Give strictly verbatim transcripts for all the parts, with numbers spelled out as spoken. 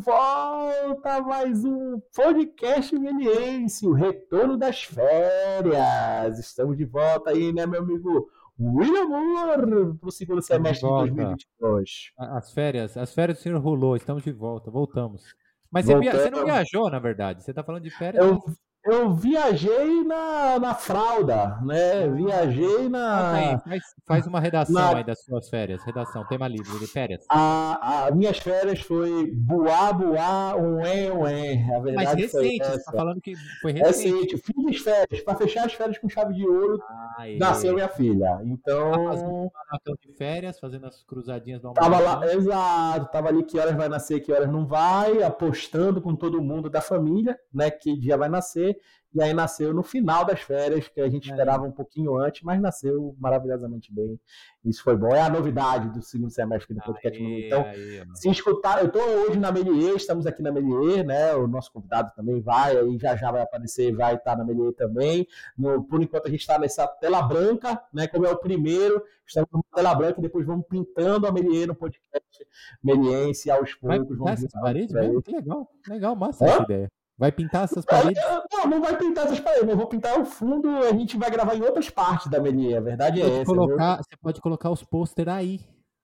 volta a mais um podcast Meliense, o retorno das férias. Estamos de volta aí, né, meu amigo William Moore, para o segundo semestre de, de dois mil e vinte e dois. As férias, as férias do senhor rolou, estamos de volta, voltamos. Mas você, via, você não viajou, na verdade, você está falando de férias. Eu, mas... eu viajei na, na fralda, né? Viajei na. Aí, faz, faz uma redação na... aí das suas férias, redação, tema livre de férias. A, a minhas férias foi buá, buá, ué, ué. A verdade Mas recente, foi essa. Você está falando que foi recente. Recente, fim das férias, para fechar as férias com chave de ouro, ah, nasceu minha filha. Então. Tá fazendo de férias, fazendo as cruzadinhas do Tava lá, exato, tava ali que horas vai nascer, que horas não vai, apostando com todo mundo da família, né, que dia vai nascer, e aí nasceu no final das férias, que a gente é. esperava um pouquinho antes, mas nasceu maravilhosamente bem. Isso foi bom, é a novidade do segundo semestre do podcast. Aí, então, aí, se escutar, eu estou hoje na Melier, estamos aqui na Melier, né, o nosso convidado também vai, aí já já vai aparecer, vai estar na Melier também. No, por enquanto a gente está nessa tela branca, né, como é o primeiro, estamos numa tela branca e depois vamos pintando a Melier no podcast Meliense aos poucos. Vai pintar essas paredes mesmo? Que legal, legal, massa Hã? essa ideia. Vai pintar essas paredes? Não, não vai pintar essas paredes, eu vou pintar o fundo, a gente vai gravar em outras partes da Melier, a verdade pode é essa. Colocar, viu? Você pode colocar os pôster aí.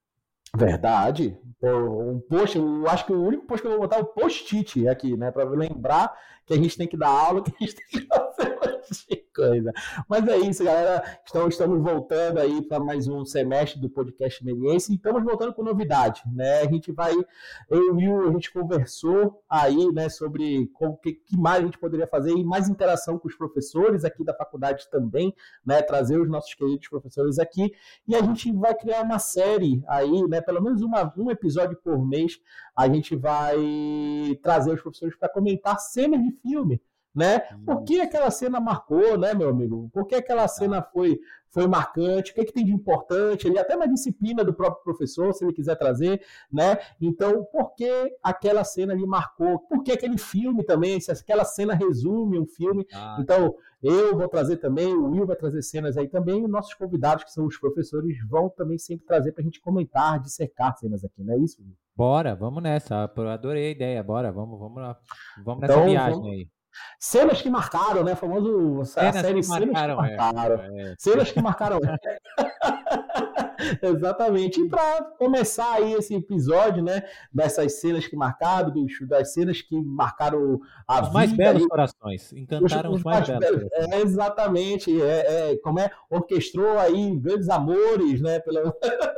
Verdade. Um post, eu acho que o único post que eu vou botar é o post-it aqui, né? Para lembrar que a gente tem que dar aula, que a gente tem que fazer de coisa. Mas é isso, galera. Então, estamos voltando aí para mais um semestre do podcast Meliense e estamos voltando com novidade, né? A gente vai, eu e o a gente conversou aí, né, sobre o que, que mais a gente poderia fazer e mais interação com os professores aqui da faculdade também, né? Trazer os nossos queridos professores aqui e a gente vai criar uma série aí, né? Pelo menos uma, um episódio por mês, a gente vai trazer os professores para comentar cenas de filme, né? Por que aquela cena marcou, né, meu amigo? Por que aquela cena foi, foi marcante? O que, é que tem de importante? Ele até uma disciplina do próprio professor, se ele quiser trazer, né? Então, por que aquela cena lhe marcou? Por que aquele filme também? Se aquela cena resume um filme. Ah, então, eu vou trazer também, o Will vai trazer cenas aí também, e nossos convidados, que são os professores, vão também sempre trazer para a gente comentar, dissecar cenas aqui, não é isso, Will? Bora, vamos nessa. Eu adorei a ideia, bora, vamos, vamos lá. Vamos nessa então, viagem vamos... aí. Cenas que marcaram, né? Famoso a cenas série que marcaram, Cenas que marcaram. É, é. Cenas que marcaram. Exatamente. E para começar aí esse episódio, né? Dessas cenas que marcaram, dos, das cenas que marcaram a os vida. Mais belos aí, corações. Encantaram os, os mais, mais belos. belos. É, exatamente. É, é, como é? Orquestrou aí grandes amores, né? Pela...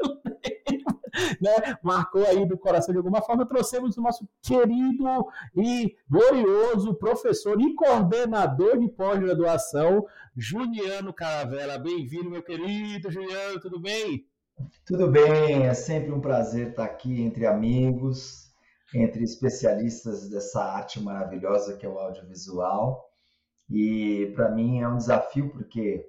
Né, marcou aí do coração de alguma forma. Trouxemos o nosso querido e glorioso professor e coordenador de pós-graduação, Juliano Caravella. Bem-vindo, meu querido Juliano, tudo bem? Tudo bem, é sempre um prazer estar aqui entre amigos, entre especialistas dessa arte maravilhosa que é o audiovisual. E para mim é um desafio porque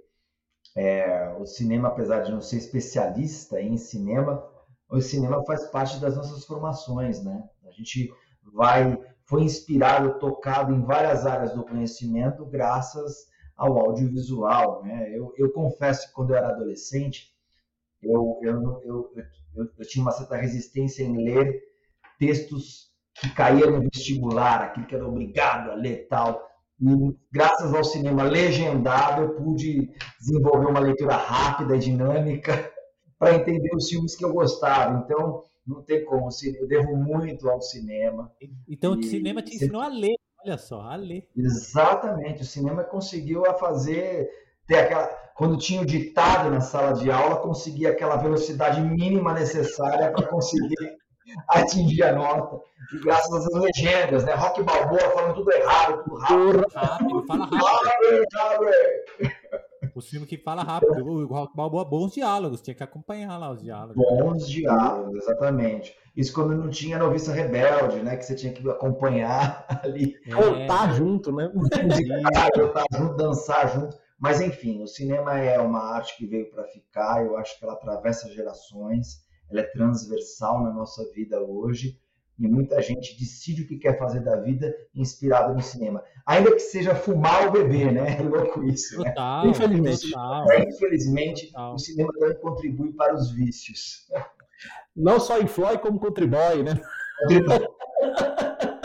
é, o cinema, apesar de não ser especialista em cinema, o cinema faz parte das nossas formações, né? A gente vai, foi inspirado, tocado em várias áreas do conhecimento graças ao audiovisual, né? Eu, eu confesso que quando eu era adolescente, eu, eu, eu, eu, eu tinha uma certa resistência em ler textos que caíam no vestibular, aquilo que era obrigado a ler e tal. E graças ao cinema legendado, eu pude desenvolver uma leitura rápida e dinâmica para entender os filmes que eu gostava. Então, não tem como. Eu devo muito ao cinema. Então, e... o cinema te ensinou a ler. Olha só, a ler. Exatamente. O cinema conseguiu a fazer... Ter aquela... Quando tinha o ditado na sala de aula, conseguia aquela velocidade mínima necessária para conseguir atingir a nota. E graças às legendas, né? Rock Balboa falando tudo errado, tudo rápido. rápido fala rápido. rápido. O filme que fala rápido, o Rock Balboa, bons diálogos, tinha que acompanhar lá os diálogos. Bons diálogos, exatamente. Isso quando não tinha Noviça Rebelde, né? Que você tinha que acompanhar ali. É, cantar junto, né? Musicar, cantar junto, dançar junto. Mas enfim, o cinema é uma arte que veio para ficar, eu acho que ela atravessa gerações, ela é transversal na nossa vida hoje. E muita gente decide o que quer fazer da vida inspirado no cinema. Ainda que seja fumar ou beber, né? É louco isso, né? Total, infelizmente, total. É, infelizmente total. O cinema também contribui para os vícios. Não só influi, como contribui, né?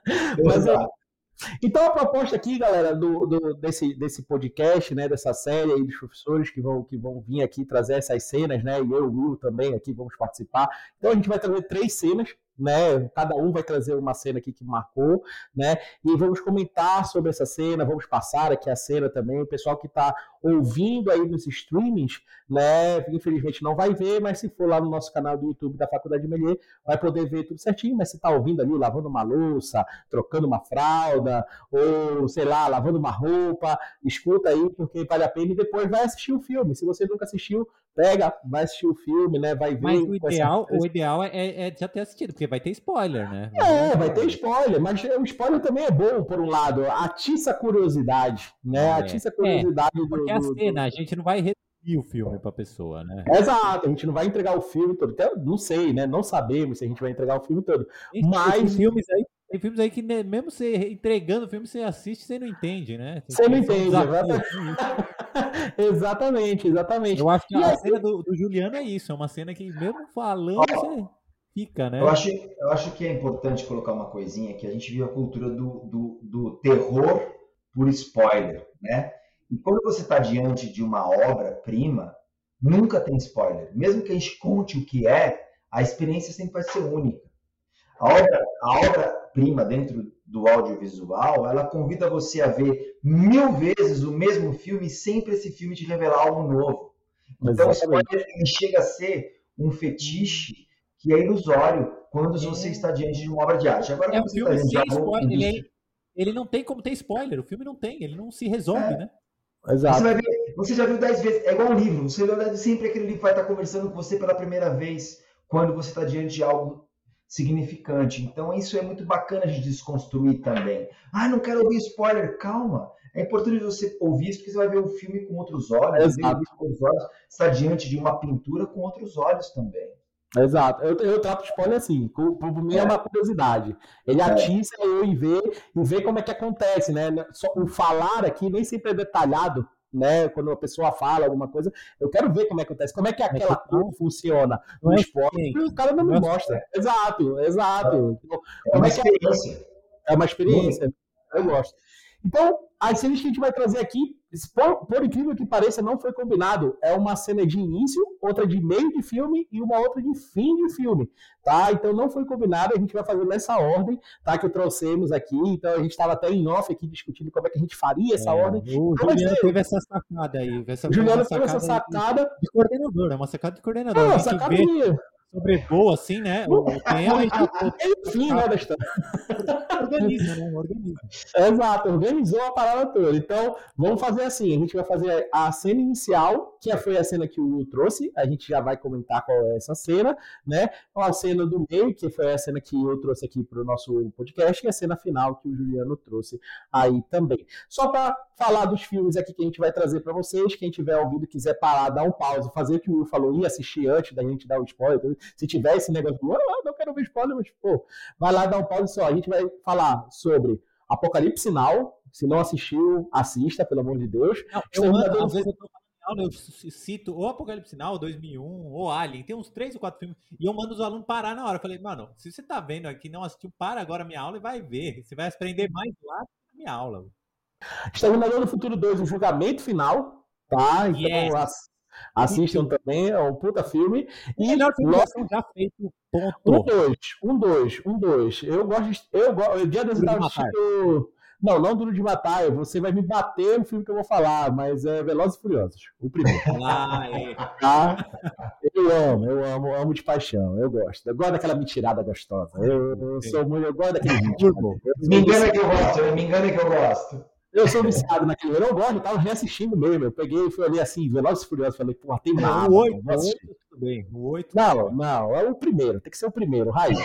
Mas, então a proposta aqui, galera, do, do, desse, desse podcast, né, dessa série aí dos professores que vão, que vão vir aqui trazer essas cenas, né, e eu e o Will também aqui vamos participar. Então a gente vai trazer três cenas, né, cada um vai trazer uma cena aqui que marcou, né, e vamos comentar sobre essa cena, vamos passar aqui a cena também. O pessoal que está ouvindo aí nos streamings, né, infelizmente não vai ver, mas se for lá no nosso canal do YouTube da Faculdade de Melier, vai poder ver tudo certinho. Mas se está ouvindo ali, lavando uma louça, trocando uma fralda, ou sei lá, lavando uma roupa, escuta aí porque vale a pena, e depois vai assistir o filme. Se você nunca assistiu, pega, vai assistir o filme, né, vai ver. Mas o ideal, essa... o ideal é, é já ter assistido, porque vai ter spoiler, né? Vai é, vai ter spoiler, mas o spoiler também é bom, por um lado, atiça a curiosidade, né, é. atiça a curiosidade é, do... Porque a cena, do... a gente não vai resumir o filme pra pessoa, né? Exato, a gente não vai entregar o filme todo, até não sei, né, não sabemos se a gente vai entregar o filme todo, tem, mas... Tem filmes aí Tem filmes aí que mesmo você entregando o filme, você assiste e você não entende, né? Tem você não entende, exatamente, exatamente. Eu acho que e a aí... cena do, do Juliano é isso, é uma cena que mesmo falando, oh, você fica, né? Eu acho, eu acho que é importante colocar uma coisinha, que a gente vive a cultura do, do, do terror por spoiler, né? E quando você está diante de uma obra-prima, nunca tem spoiler. Mesmo que a gente conte o que é, a experiência sempre vai ser única. A obra, a obra-prima dentro do audiovisual, ela convida você a ver mil vezes o mesmo filme e sempre esse filme te revelar algo novo. Então, o spoiler ele chega a ser um fetiche que é ilusório quando é. você está diante de uma obra de arte. Agora, é um filme tá sem spoiler. Ele, é, ele não tem como ter spoiler. O filme não tem, ele não se resolve, é. né? Exato. Você, vai ver, você já viu dez vezes, é igual um livro. Você vai ver, sempre aquele livro vai estar conversando com você pela primeira vez quando você está diante de algo significante. Então isso é muito bacana de desconstruir também. Ah, não quero ouvir spoiler. Calma. É importante você ouvir isso porque você vai ver o filme com outros olhos. Você ver com outros olhos, está diante de uma pintura com outros olhos também. Exato. Eu, eu trato spoiler assim. Por mim é uma curiosidade. Ele atiça é. eu em ver, em ver como é que acontece, né? Só, o falar aqui nem sempre é detalhado. Né, quando a pessoa fala alguma coisa, eu quero ver como é que acontece, como é que aquela cor funciona no esporte, o cara não me mostra. Exato, exato. É uma experiência. É uma experiência, eu gosto. Então, as cenas que a gente vai trazer aqui, por, por incrível que pareça, não foi combinado. É uma cena de início, outra de meio de filme e uma outra de fim de filme, tá? Então não foi combinado, a gente vai fazer nessa ordem, tá? Que trouxemos aqui. Então a gente estava até em off aqui discutindo como é que a gente faria essa é, ordem. O então, Juliano é... teve essa sacada aí. Essa, o Juliano essa teve essa sacada de, de coordenador, é uma sacada de coordenador. Não, a gente sacada vê... de... sobrevoa, assim, né? O tema e já... Enfim, né, da história. Organiza, né? Organiza. Exato, organizou a parada toda. Então, vamos fazer assim, a gente vai fazer a cena inicial, que foi a cena que o Will trouxe, a gente já vai comentar qual é essa cena, né? A cena do meio, que foi a cena que eu trouxe aqui para o nosso podcast, e a cena final que o Juliano trouxe aí também. Só para falar dos filmes aqui que a gente vai trazer para vocês, quem tiver ouvido e quiser parar, dar um pause, fazer o que o Will falou, ir assistir antes da gente dar o spoiler, se tiver esse negócio de, ah, não quero ver spoiler, mas, pô, vai lá dar um pause só. A gente vai falar sobre Apocalipse Now. Se não assistiu, assista, pelo amor de Deus. Não, eu mando, às vezes eu tô falando aula, eu cito ou Apocalipse Now, dois mil e um, ou Alien. Tem uns três ou quatro filmes. E eu mando os alunos parar na hora. Eu falei, mano, se você tá vendo aqui não assistiu, para agora a minha aula e vai ver. Você vai aprender mais lá na minha aula. Exterminador do Futuro dois, o julgamento final. Tá? Então, yes. as... assistam Sim. também, é um puta filme. E melhor filme já feito, ponto. Um, dois, um, dois, um, dois. Eu gosto, eu gosto, o dia das eu tava assistindo... Não, não Duro de Matar, você vai me bater no filme que eu vou falar, mas é Velozes e Furiosos, o primeiro. Ah, é. Tá? Eu amo, eu amo, amo de paixão, eu gosto. Eu gosto daquela mentirada gostosa. Eu, eu sou muito, eu gosto daquele ritmo. Me engana que eu gosto, me engana que eu gosto. Eu sou viciado naquele. Eu não gosto, eu tava reassistindo mesmo. Eu peguei e fui ali assim, Velozes e Furiosos. Falei, pô, tem nada. O oito, o oito, tudo bem. O oito. Não, não, é o primeiro. Tem que ser o primeiro, raiz.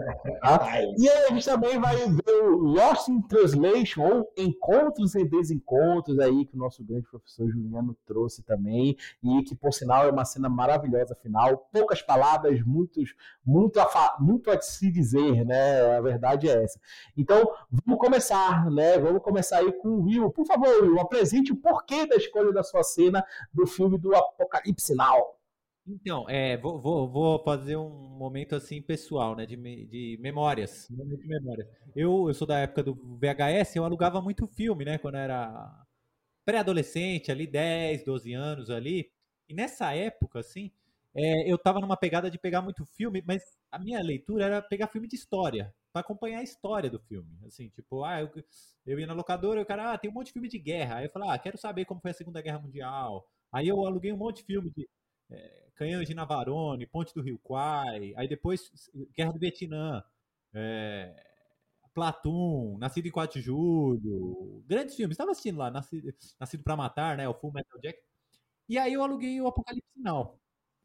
Tá? E aí a gente também vai ver o Lost in Translation, ou Encontros e Desencontros, aí, que o nosso grande professor Juliano trouxe também. E que, por sinal, é uma cena maravilhosa, final. Poucas palavras, muitos, muito, a, muito a se dizer, né? A verdade é essa. Então, vamos começar, né? Vamos começar aí com Will, por favor, Will, apresente o porquê da escolha da sua cena do filme do Apocalipse Now. Então, é, vou, vou, vou fazer um momento assim pessoal, né, de, me- de memórias, um momento de memórias. Eu, eu sou da época do V H S, eu alugava muito filme, né, quando eu era pré-adolescente, ali dez, doze anos ali. E nessa época, assim, é, eu tava numa pegada de pegar muito filme, mas a minha leitura era pegar filme de história, para acompanhar a história do filme. Assim, tipo, ah, eu, eu ia na locadora e o cara, ah, tem um monte de filme de guerra. Aí eu falava, ah, quero saber como foi a Segunda Guerra Mundial. Aí eu aluguei um monte de filme de é, Canhões de Navarone, Ponte do Rio Kwai, aí depois Guerra do Vietnã, é, Platoon, Nascido em quatro de Julho, grandes filmes. Estava assistindo lá, Nascido, Nascido para Matar, né, o Full Metal Jacket. E aí eu aluguei o Apocalipse Now.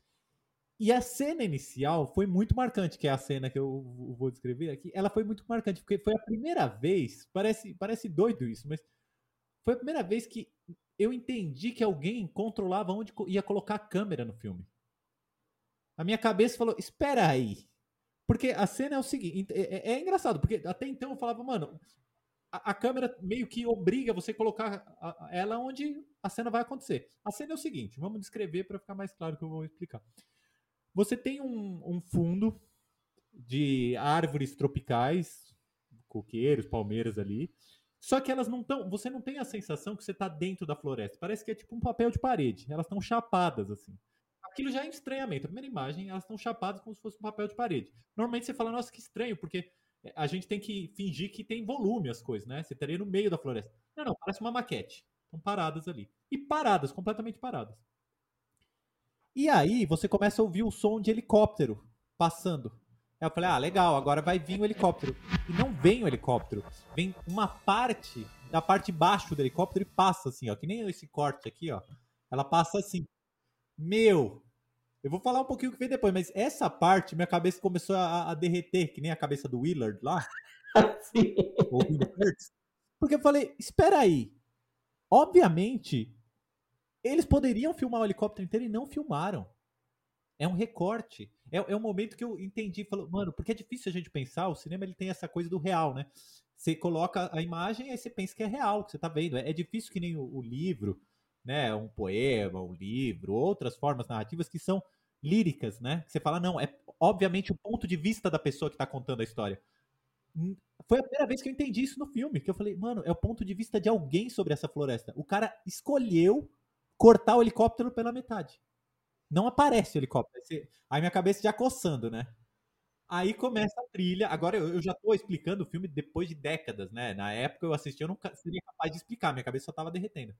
E a cena inicial foi muito marcante, que é a cena que eu vou descrever aqui. Ela foi muito marcante, porque foi a primeira vez, parece, parece doido isso, mas foi a primeira vez que eu entendi que alguém controlava onde ia colocar a câmera no filme. A minha cabeça falou, espera aí. Porque a cena é o seguinte, é, é, é engraçado, porque até então eu falava, mano, a, a câmera meio que obriga você a colocar a, a, ela onde a cena vai acontecer. A cena é o seguinte, vamos descrever para ficar mais claro que eu vou explicar. Você tem um, um fundo de árvores tropicais, coqueiros, palmeiras ali, só que elas não estão. Você não tem a sensação que você está dentro da floresta. Parece que é tipo um papel de parede. Elas estão chapadas, assim. Aquilo já é um estranhamento. A primeira imagem, elas estão chapadas como se fosse um papel de parede. Normalmente você fala, nossa, que estranho, porque a gente tem que fingir que tem volume as coisas, né? Você estaria no meio da floresta. Não, não, parece uma maquete. Estão paradas ali. E paradas, completamente paradas. E aí você começa a ouvir o som de helicóptero passando. Aí eu falei, ah, legal, agora vai vir o helicóptero. E não vem o helicóptero. Vem uma parte da parte de baixo do helicóptero e passa assim, ó. Que nem esse corte aqui, ó. Ela passa assim. Meu, eu vou falar um pouquinho o que vem depois, mas essa parte, minha cabeça começou a, a derreter, que nem a cabeça do Willard lá, Sim. ouvindo Kurtz. Porque eu falei, espera aí. Obviamente, eles poderiam filmar o helicóptero inteiro e não filmaram. É um recorte. É, é um momento que eu entendi. Falou, mano, porque é difícil a gente pensar. O cinema ele tem essa coisa do real, né? Você coloca a imagem e aí você pensa que é real, que você tá vendo. É, é difícil que nem o, o livro, né? Um poema, um livro, outras formas narrativas que são líricas, né? Você fala, não, é obviamente o ponto de vista da pessoa que tá contando a história. Foi a primeira vez que eu entendi isso no filme, que eu falei, mano, é o ponto de vista de alguém sobre essa floresta. O cara escolheu cortar o helicóptero pela metade. Não aparece o helicóptero. Aí minha cabeça já coçando, né? Aí começa a trilha. Agora eu, eu já tô explicando o filme depois de décadas, né? Na época eu assisti, eu não seria capaz de explicar, minha cabeça só tava derretendo.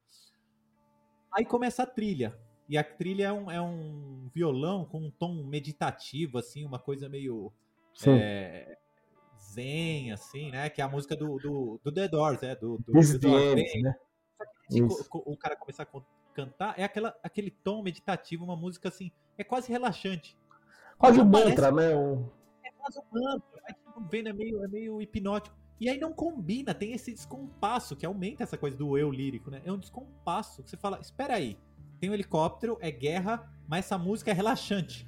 Aí começa a trilha. E a trilha é um, é um violão com um tom meditativo, assim, uma coisa meio é, zen, assim, né? Que é a música do, do, do The Doors, é, do, do This The is the Doors. end, Bem, né? se o cara começar a cantar, é aquela, aquele tom meditativo, uma música assim, é quase relaxante. Quase um mantra, né? Um... É quase um mantra. Aí você vendo, é meio, é meio hipnótico. E aí não combina, tem esse descompasso que aumenta essa coisa do eu lírico, né? É um descompasso que você fala, espera aí, tem um helicóptero, é guerra, mas essa música é relaxante.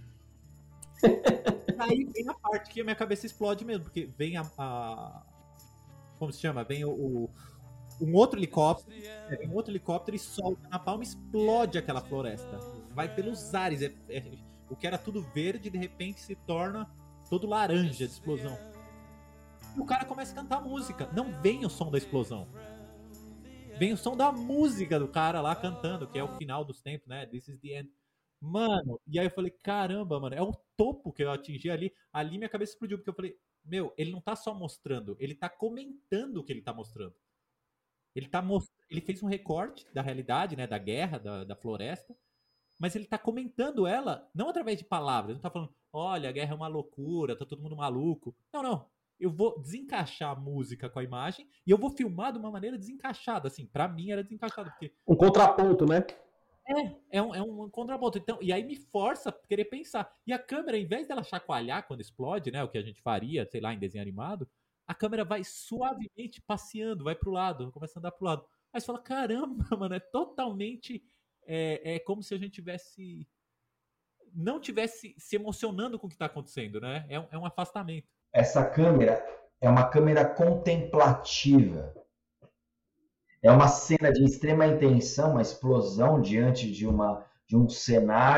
Aí vem a parte que a minha cabeça explode mesmo, porque vem a... a como se chama? Vem o, o um outro helicóptero, é, um outro helicóptero e solta na palma, explode aquela floresta. Vai pelos ares. É, é, o que era tudo verde, de repente se torna todo laranja de explosão. E o cara começa a cantar música. Não vem o som da explosão. Vem o som da música do cara lá cantando, que é o final dos tempos, né? This is the end. Mano, e aí eu falei, caramba, mano, é o topo que eu atingi ali. Ali minha cabeça explodiu, porque eu falei, meu, ele não tá só mostrando, ele tá comentando o que ele tá mostrando. Ele, tá most... ele fez um recorte da realidade, né, da guerra, da, da floresta, mas ele tá comentando ela, não através de palavras, não tá falando, olha, a guerra é uma loucura, tá todo mundo maluco. Não, não. Eu vou desencaixar a música com a imagem e eu vou filmar de uma maneira desencaixada, assim, pra mim era desencaixado. Porque... Um contraponto, né? É, é um, é um contraponto. Então, e aí me força a querer pensar. E a câmera, em vez dela chacoalhar quando explode, né, o que a gente faria, sei lá, em desenho animado, a câmera vai suavemente passeando, vai pro lado, começa a andar pro lado. Aí você fala, caramba, mano, é totalmente... É, é como se a gente tivesse... Não tivesse se emocionando com o que tá acontecendo, né? É um, é um afastamento. Essa câmera é uma câmera contemplativa. É uma cena de extrema intenção, uma explosão diante de, uma, de um cenário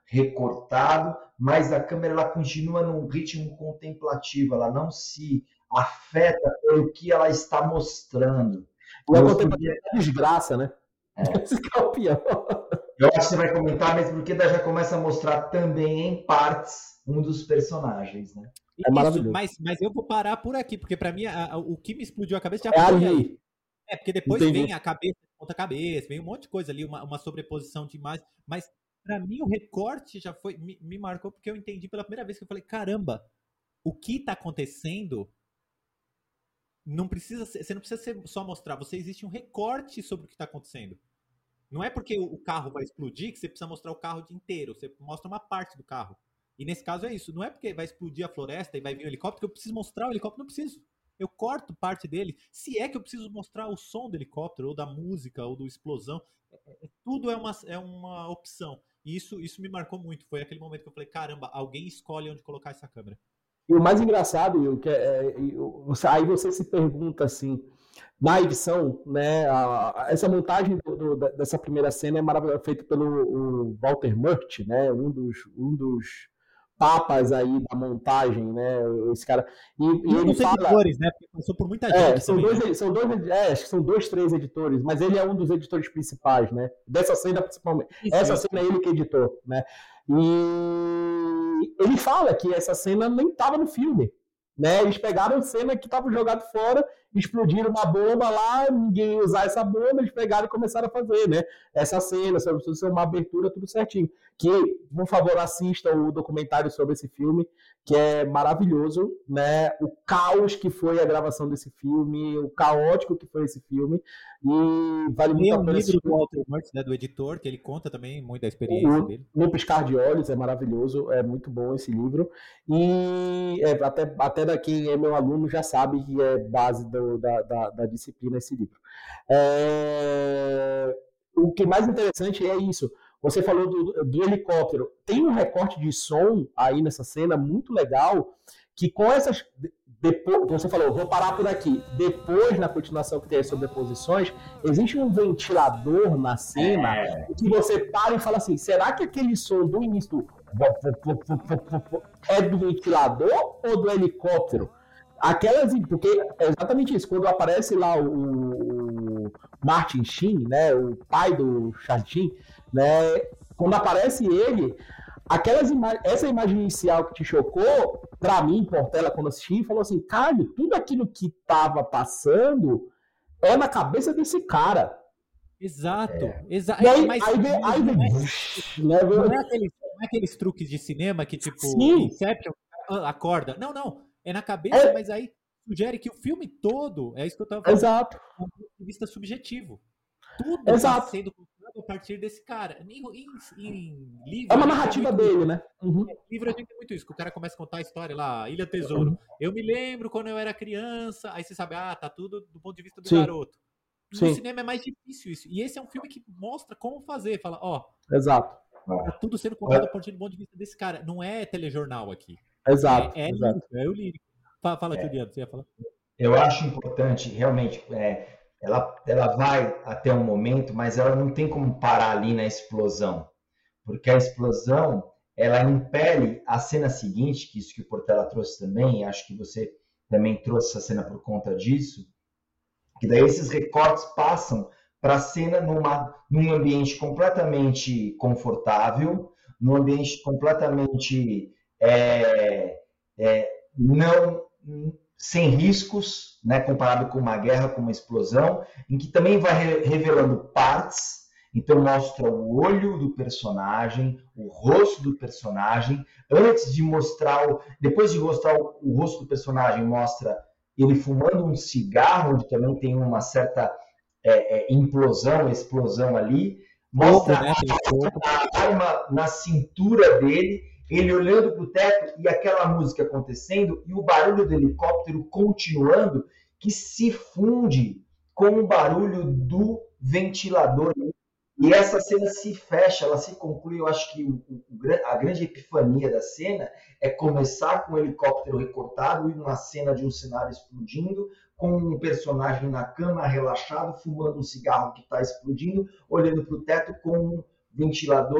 recortado, mas a câmera ela continua num ritmo contemplativo, ela não se afeta pelo que ela está mostrando. E a contemplativa é desgraça, né? É. Esse é o pior. Eu acho que você vai comentar, mesmo porque daí já começa a mostrar também em partes um dos personagens, né? É maravilhoso. Mas, mas eu vou parar por aqui, porque pra mim a, a, o que me explodiu a cabeça já É foi ali. aí. É, porque depois Entendi. vem a cabeça, ponta cabeça, vem um monte de coisa ali, uma, uma sobreposição de imagens, mas pra mim o recorte já foi, me, me marcou porque eu entendi pela primeira vez que eu falei, caramba, o que tá acontecendo não precisa ser, você não precisa ser, só mostrar, você existe um recorte sobre o que tá acontecendo. Não é porque o carro vai explodir que você precisa mostrar o carro inteiro, você mostra uma parte do carro. E nesse caso é isso, não é porque vai explodir a floresta e vai vir um helicóptero que eu preciso mostrar o helicóptero, não preciso. Eu corto parte dele, se é que eu preciso mostrar o som do helicóptero, ou da música, ou do explosão, é, é, tudo é uma, é uma opção. E isso, isso me marcou muito, foi aquele momento que eu falei, caramba, alguém escolhe onde colocar essa câmera. E o mais engraçado, Will, que é, é, aí você se pergunta assim, na edição, né, a, a, essa montagem do, do, dessa primeira cena é maravilhosa, feita pelo o Walter Murch, né, um dos, um dos papas aí da montagem, né, esse cara, e, e um ele dos fala... editores, né, porque passou por muita gente é, são também, dois, né? são dois, é, acho que são dois, três editores, mas ele é um dos editores principais, né, dessa cena principalmente, Isso, essa isso. cena é ele que editou, né, e ele fala que essa cena nem estava no filme, né? Eles pegaram cena que estava jogado fora, explodiram uma bomba lá, ninguém ia usar essa bomba, eles pegaram e começaram a fazer, né? Essa cena, sobre ser uma abertura, tudo certinho. Que, por favor, assista o documentário sobre esse filme, que é maravilhoso, né? O caos que foi a gravação desse filme, o caótico que foi esse filme, e vale muito Tem a um pena livro assistir. do Walter Murch, né, do editor, que ele conta também muito da experiência O, dele. No Piscar de Olhos, é maravilhoso, é muito bom esse livro. E é, até, até da quem é meu aluno já sabe que é base do, da, da, da disciplina esse livro. É, o que mais interessante é isso. Você falou do, do helicóptero. Tem um recorte de som aí nessa cena muito legal, que com essas... Depois, você falou, vou parar por aqui. Depois, na continuação que tem as sobreposições, existe um ventilador na cena é. que você para e fala assim, será que aquele som do início do... é do ventilador ou do helicóptero? Aquelas, porque é exatamente isso, quando aparece lá o, o Martin Sheen, né, o pai do Charlie Sheen, né, quando aparece ele, aquelas ima- essa imagem inicial que te chocou, pra mim, Portela, quando assisti, falou assim, cara, tudo aquilo que tava passando é na cabeça desse cara. Exato, É. exato. E aí, Mas aí vem, aí vem, não, é, né, não, é aqueles, não é aqueles truques de cinema que, tipo, Sim. Inception, acorda. Não, não. É na cabeça, É. mas aí sugere que o filme todo, é isso que eu tava falando, Exato. é um ponto de vista subjetivo. Tudo Exato. está sendo contado a partir desse cara. Em, em, em livro, É uma a gente narrativa tem muito dele, isso. né? Uhum. Em livro a gente tem muito isso, que o cara começa a contar a história lá, Ilha Tesouro. Uhum. Eu me lembro quando eu era criança, aí você sabe, ah, tá tudo do ponto de vista do Sim. garoto. No Sim. cinema é mais difícil isso. E esse é um filme que mostra como fazer. Fala, ó, Exato. tá tudo sendo contado a partir do ponto de vista desse cara. Não é telejornal aqui. Exato. É, é exato. lírico, é o lírico. Fala, fala aqui, Diana, você ia falar? Eu acho importante, realmente, é, ela, ela vai até um momento, mas ela não tem como parar ali na explosão. Porque a explosão, ela impele a cena seguinte, que isso que o Portela trouxe também, acho que você também trouxe essa cena por conta disso, que daí esses recortes passam para a cena numa, num ambiente completamente confortável, num ambiente completamente é, é, não, sem riscos, né, comparado com uma guerra, com uma explosão, em que também vai re- revelando partes. Então mostra o olho do personagem, o rosto do personagem, antes de mostrar, o, depois de mostrar o, o rosto do personagem, mostra ele fumando um cigarro, onde também tem uma certa é, é, implosão, explosão ali, mostra Fogo, né? a, a arma na cintura dele, ele olhando para o teto e aquela música acontecendo e o barulho do helicóptero continuando, que se funde com o barulho do ventilador. E essa cena se fecha, ela se conclui. Eu acho que o, o, a grande epifania da cena é começar com o helicóptero recortado e uma cena de um cenário explodindo, com um personagem na cama, relaxado, fumando um cigarro que está explodindo, olhando para o teto com um ventilador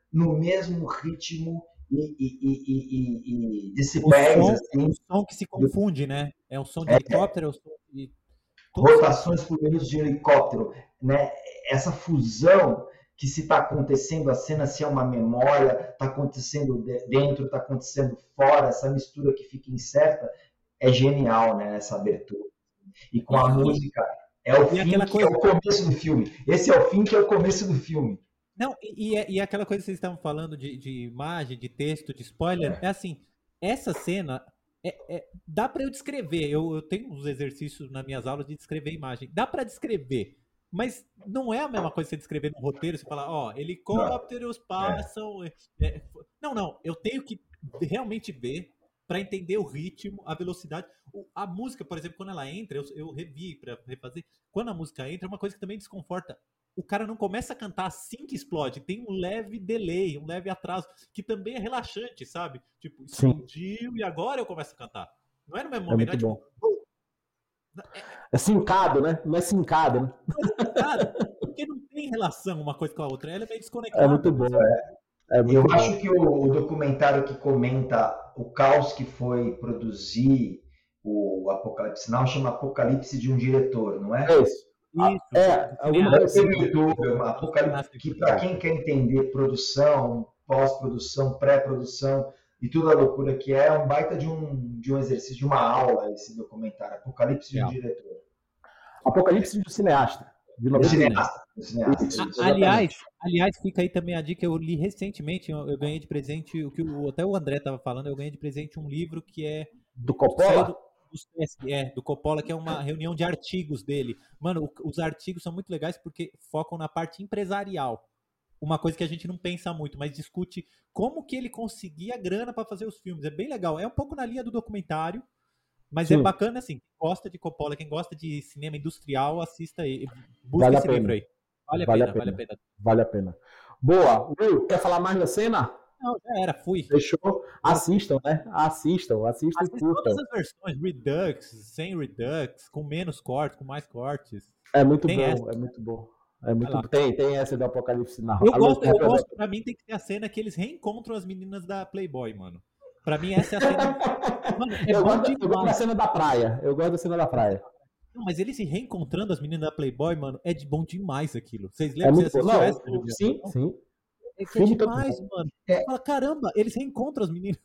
no mesmo ritmo e, e, e, e, e de O cipés, som, assim, o som que se confunde, né? É um som de É. helicóptero, é um som de... Tudo rotações por minuto de helicóptero, né? Essa fusão que se está acontecendo a cena, se é uma memória, está acontecendo dentro, está acontecendo fora, essa mistura que fica incerta, é genial, né? Essa abertura. E com a E- música, é o e fim aquela que coisa- é o começo do filme. Esse é o fim que é o começo do filme. Não, e, e, e aquela coisa que vocês estavam falando de, de imagem, de texto, de spoiler, é, assim, essa cena, é, é- dá pra eu descrever, eu, eu tenho uns exercícios nas minhas aulas de descrever imagem, dá pra descrever, mas não é a mesma coisa você descrever no roteiro, você falar, ó, helicópteros passam... é, é, não, não, eu tenho que realmente ver pra entender o ritmo, a velocidade. O- a música, por exemplo, quando ela entra, eu, eu revi pra refazer, quando a música entra, é uma coisa que também desconforta. O cara não começa a cantar assim que explode, tem um leve delay, um leve atraso, que também é relaxante, sabe? Tipo, Sim. explodiu e agora eu começo a cantar. Não é no mesmo É momento, muito é bom. tipo, É sincado, né? Não é sincado, né? cara, porque não tem relação uma coisa com a outra, ela é meio desconectada. É muito bom. É muito Eu bom. acho que o, o documentário que comenta o caos que foi produzir o Apocalipse Now chama Apocalipse de um Diretor, não é? É isso. Isso, É, alguma Deve coisa ter assim. no YouTube, Apocalipse, que para quem quer entender produção, pós-produção, pré-produção e toda a loucura que é, é um baita de um, de um exercício, de uma aula esse documentário, Apocalipse de um Legal. Diretor. Apocalipse do cineasta. De Do noventa e nove. cineasta. Do cineasta. Isso. isso. A- aliás, aliás, fica aí também a dica, eu li recentemente, eu, eu ganhei de presente, o que o, até o André estava falando, eu ganhei de presente um livro que é Do saiu Coppola? do, do C S E, do Coppola, que é uma reunião de artigos dele. Mano, o- os artigos são muito legais porque focam na parte empresarial. Uma coisa que a gente não pensa muito, mas discute como que ele conseguia grana para fazer os filmes. É bem legal. É um pouco na linha do documentário, mas Sim. é bacana assim. Quem gosta de Coppola, quem gosta de cinema industrial, assista aí. Busca Vale a esse pena. livro aí. Vale a Vale a pena, vale a pena. pena. Vale a pena. Boa. Will, quer falar mais da cena? Não, já era, fui. Fechou? Assistam, né? Assistam, assistam e Assista curtam. todas as versões, Redux, sem Redux, com menos cortes, com mais cortes. É muito Tem bom, essa. é muito bom. É muito lá. bom. Tem, tem essa do Apocalipse Now. Eu A gosto, eu loucura gosto, pra mim tem que ter a cena que eles reencontram as meninas da Playboy, mano. Pra mim essa é a cena. Mano, é eu, bom gosto, eu gosto da demais. cena da praia. Eu gosto da cena da praia. Não, mas eles se reencontrando as meninas da Playboy, mano, é de bom demais aquilo. Vocês É lembram? muito Você bom. assistiu Não, essa? Juliano? sim, sim. É que é Filme todo demais, bom. mano. É. Você fala, caramba, eles reencontram as meninas.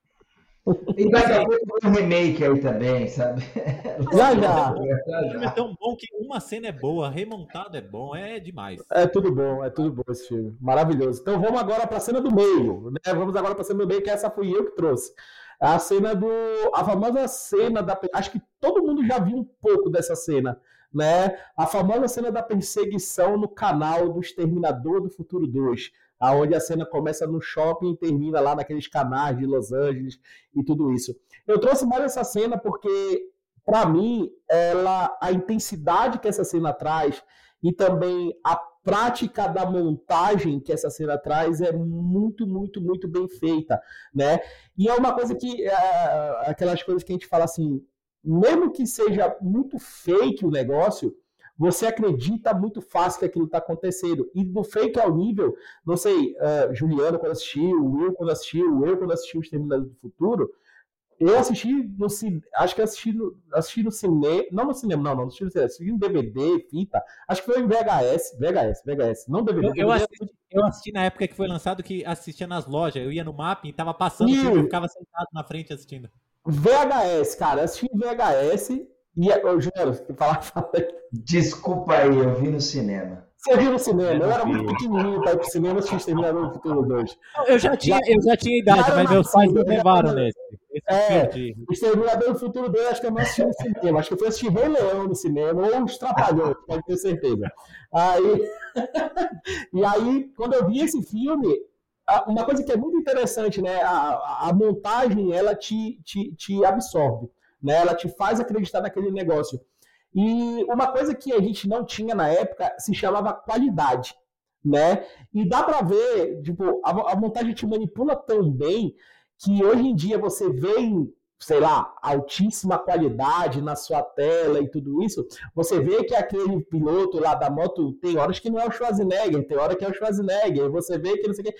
E daqui a pouco tem um remake aí também, sabe? Já, já. O filme é tão bom que uma cena é boa, remontado é bom, é demais. É tudo bom, é tudo bom esse filme. Maravilhoso. Então vamos agora para a cena do meio, né? Vamos agora para a cena do meio, que essa fui eu que trouxe. A cena do. A famosa cena da. Acho que todo mundo já viu um pouco dessa cena, né? A famosa cena da perseguição no canal do Exterminador do Futuro dois, aonde a cena começa no shopping e termina lá naqueles canais de Los Angeles e tudo isso. Eu trouxe mais essa cena porque, para mim, ela, a intensidade que essa cena traz e também a prática da montagem que essa cena traz é muito, muito, muito bem feita, né? E é uma coisa que, é, aquelas coisas que a gente fala assim, mesmo que seja muito fake o negócio, você acredita muito fácil que aquilo está acontecendo. E do fake ao nível, não sei, uh, Juliano quando assistiu, o Will quando assistiu, eu quando assisti o Exterminador do Futuro, eu assisti no cinema, acho que assisti no, assisti no cinema, não no cinema, não, não, assisti no cinema, assisti no D V D, fita, acho que foi em V H S, V H S, V H S, não D V D. Eu, D V D eu, assisti, eu assisti na época que foi lançado, que assistia nas lojas, eu ia no mapping, tava passando o Ih. filme, eu ficava sentado na frente assistindo. V H S, cara, assisti em V H S e, ô, Juliano, fala, fala aí. Desculpa aí, eu vi no cinema. Você viu no cinema, eu era Eu muito vi. pequenininho para ir pro cinema assistir Exterminador do Futuro dois. Eu já tinha, eu já tinha idade, Já era mas meus pais me nascido, já levaram era- nesse. Esse É. filme de- Exterminador do Futuro dois, acho que eu não assisti no cinema. Acho que eu fui assistir Rei Leão no cinema, ou Os Trapalhões, pode ter certeza. Aí, e aí, quando eu vi esse filme, a- uma coisa que é muito interessante, né? A, a montagem, ela te, te, te absorve, né? Ela te faz acreditar naquele negócio. E uma coisa que a gente não tinha na época se chamava qualidade, né? E dá pra ver, tipo, a, a montagem te manipula tão bem que hoje em dia você vê em, sei lá, altíssima qualidade na sua tela e tudo isso, você vê que aquele piloto lá da moto tem horas que não é o Schwarzenegger, tem hora que é o Schwarzenegger, e você vê que não sei o quê.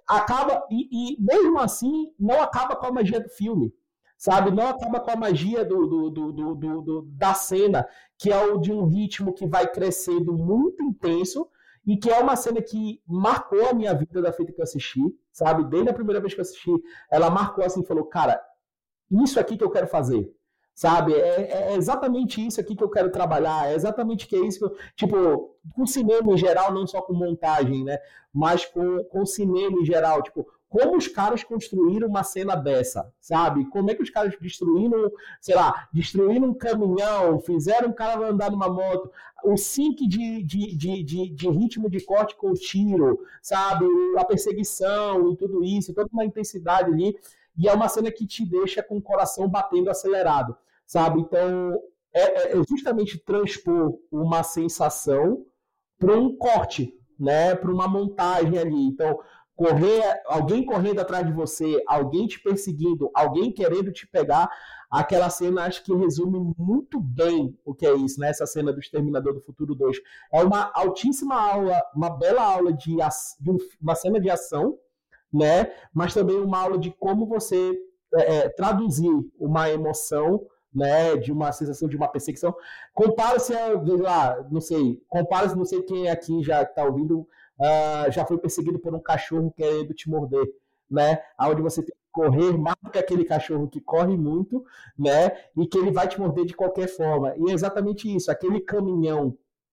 acaba, e, e mesmo assim, não acaba com a magia do filme, sabe? Não acaba com a magia do, do, do, do, do, do, da cena, que é o de um ritmo que vai crescendo muito intenso, e que é uma cena que marcou a minha vida da feita que eu assisti, sabe? Desde a primeira vez que eu assisti, ela marcou assim, falou, cara, isso aqui que eu quero fazer, sabe? É, é exatamente isso aqui que eu quero trabalhar, é exatamente que é isso que eu, tipo, com cinema em geral, não só com montagem, né? Mas com, com cinema em geral, tipo, como os caras construíram uma cena dessa, sabe? Como é que os caras destruíram, sei lá, destruíram um caminhão, fizeram um cara andar numa moto, o sync de, de, de, de, de ritmo de corte com o tiro, sabe? A perseguição e tudo isso, toda uma intensidade ali, e é uma cena que te deixa com o coração batendo acelerado, sabe? Então, é, é justamente transpor uma sensação para um corte, né? Para uma montagem ali. Então, correr, alguém correndo atrás de você, alguém te perseguindo, alguém querendo te pegar, aquela cena acho que resume muito bem o que é isso, né? Essa cena do Exterminador do Futuro dois. É uma altíssima aula, uma bela aula de, de uma cena de ação, né? Mas também uma aula de como você é, traduzir uma emoção, né, de uma sensação de uma perseguição. Compara-se a, lá, não sei, compara-se, não sei quem aqui já está ouvindo, uh, já foi perseguido por um cachorro querendo te morder, né? Onde você tem que correr mais do que aquele cachorro que corre muito, né? E que ele vai te morder de qualquer forma. E é exatamente isso, aquele caminhão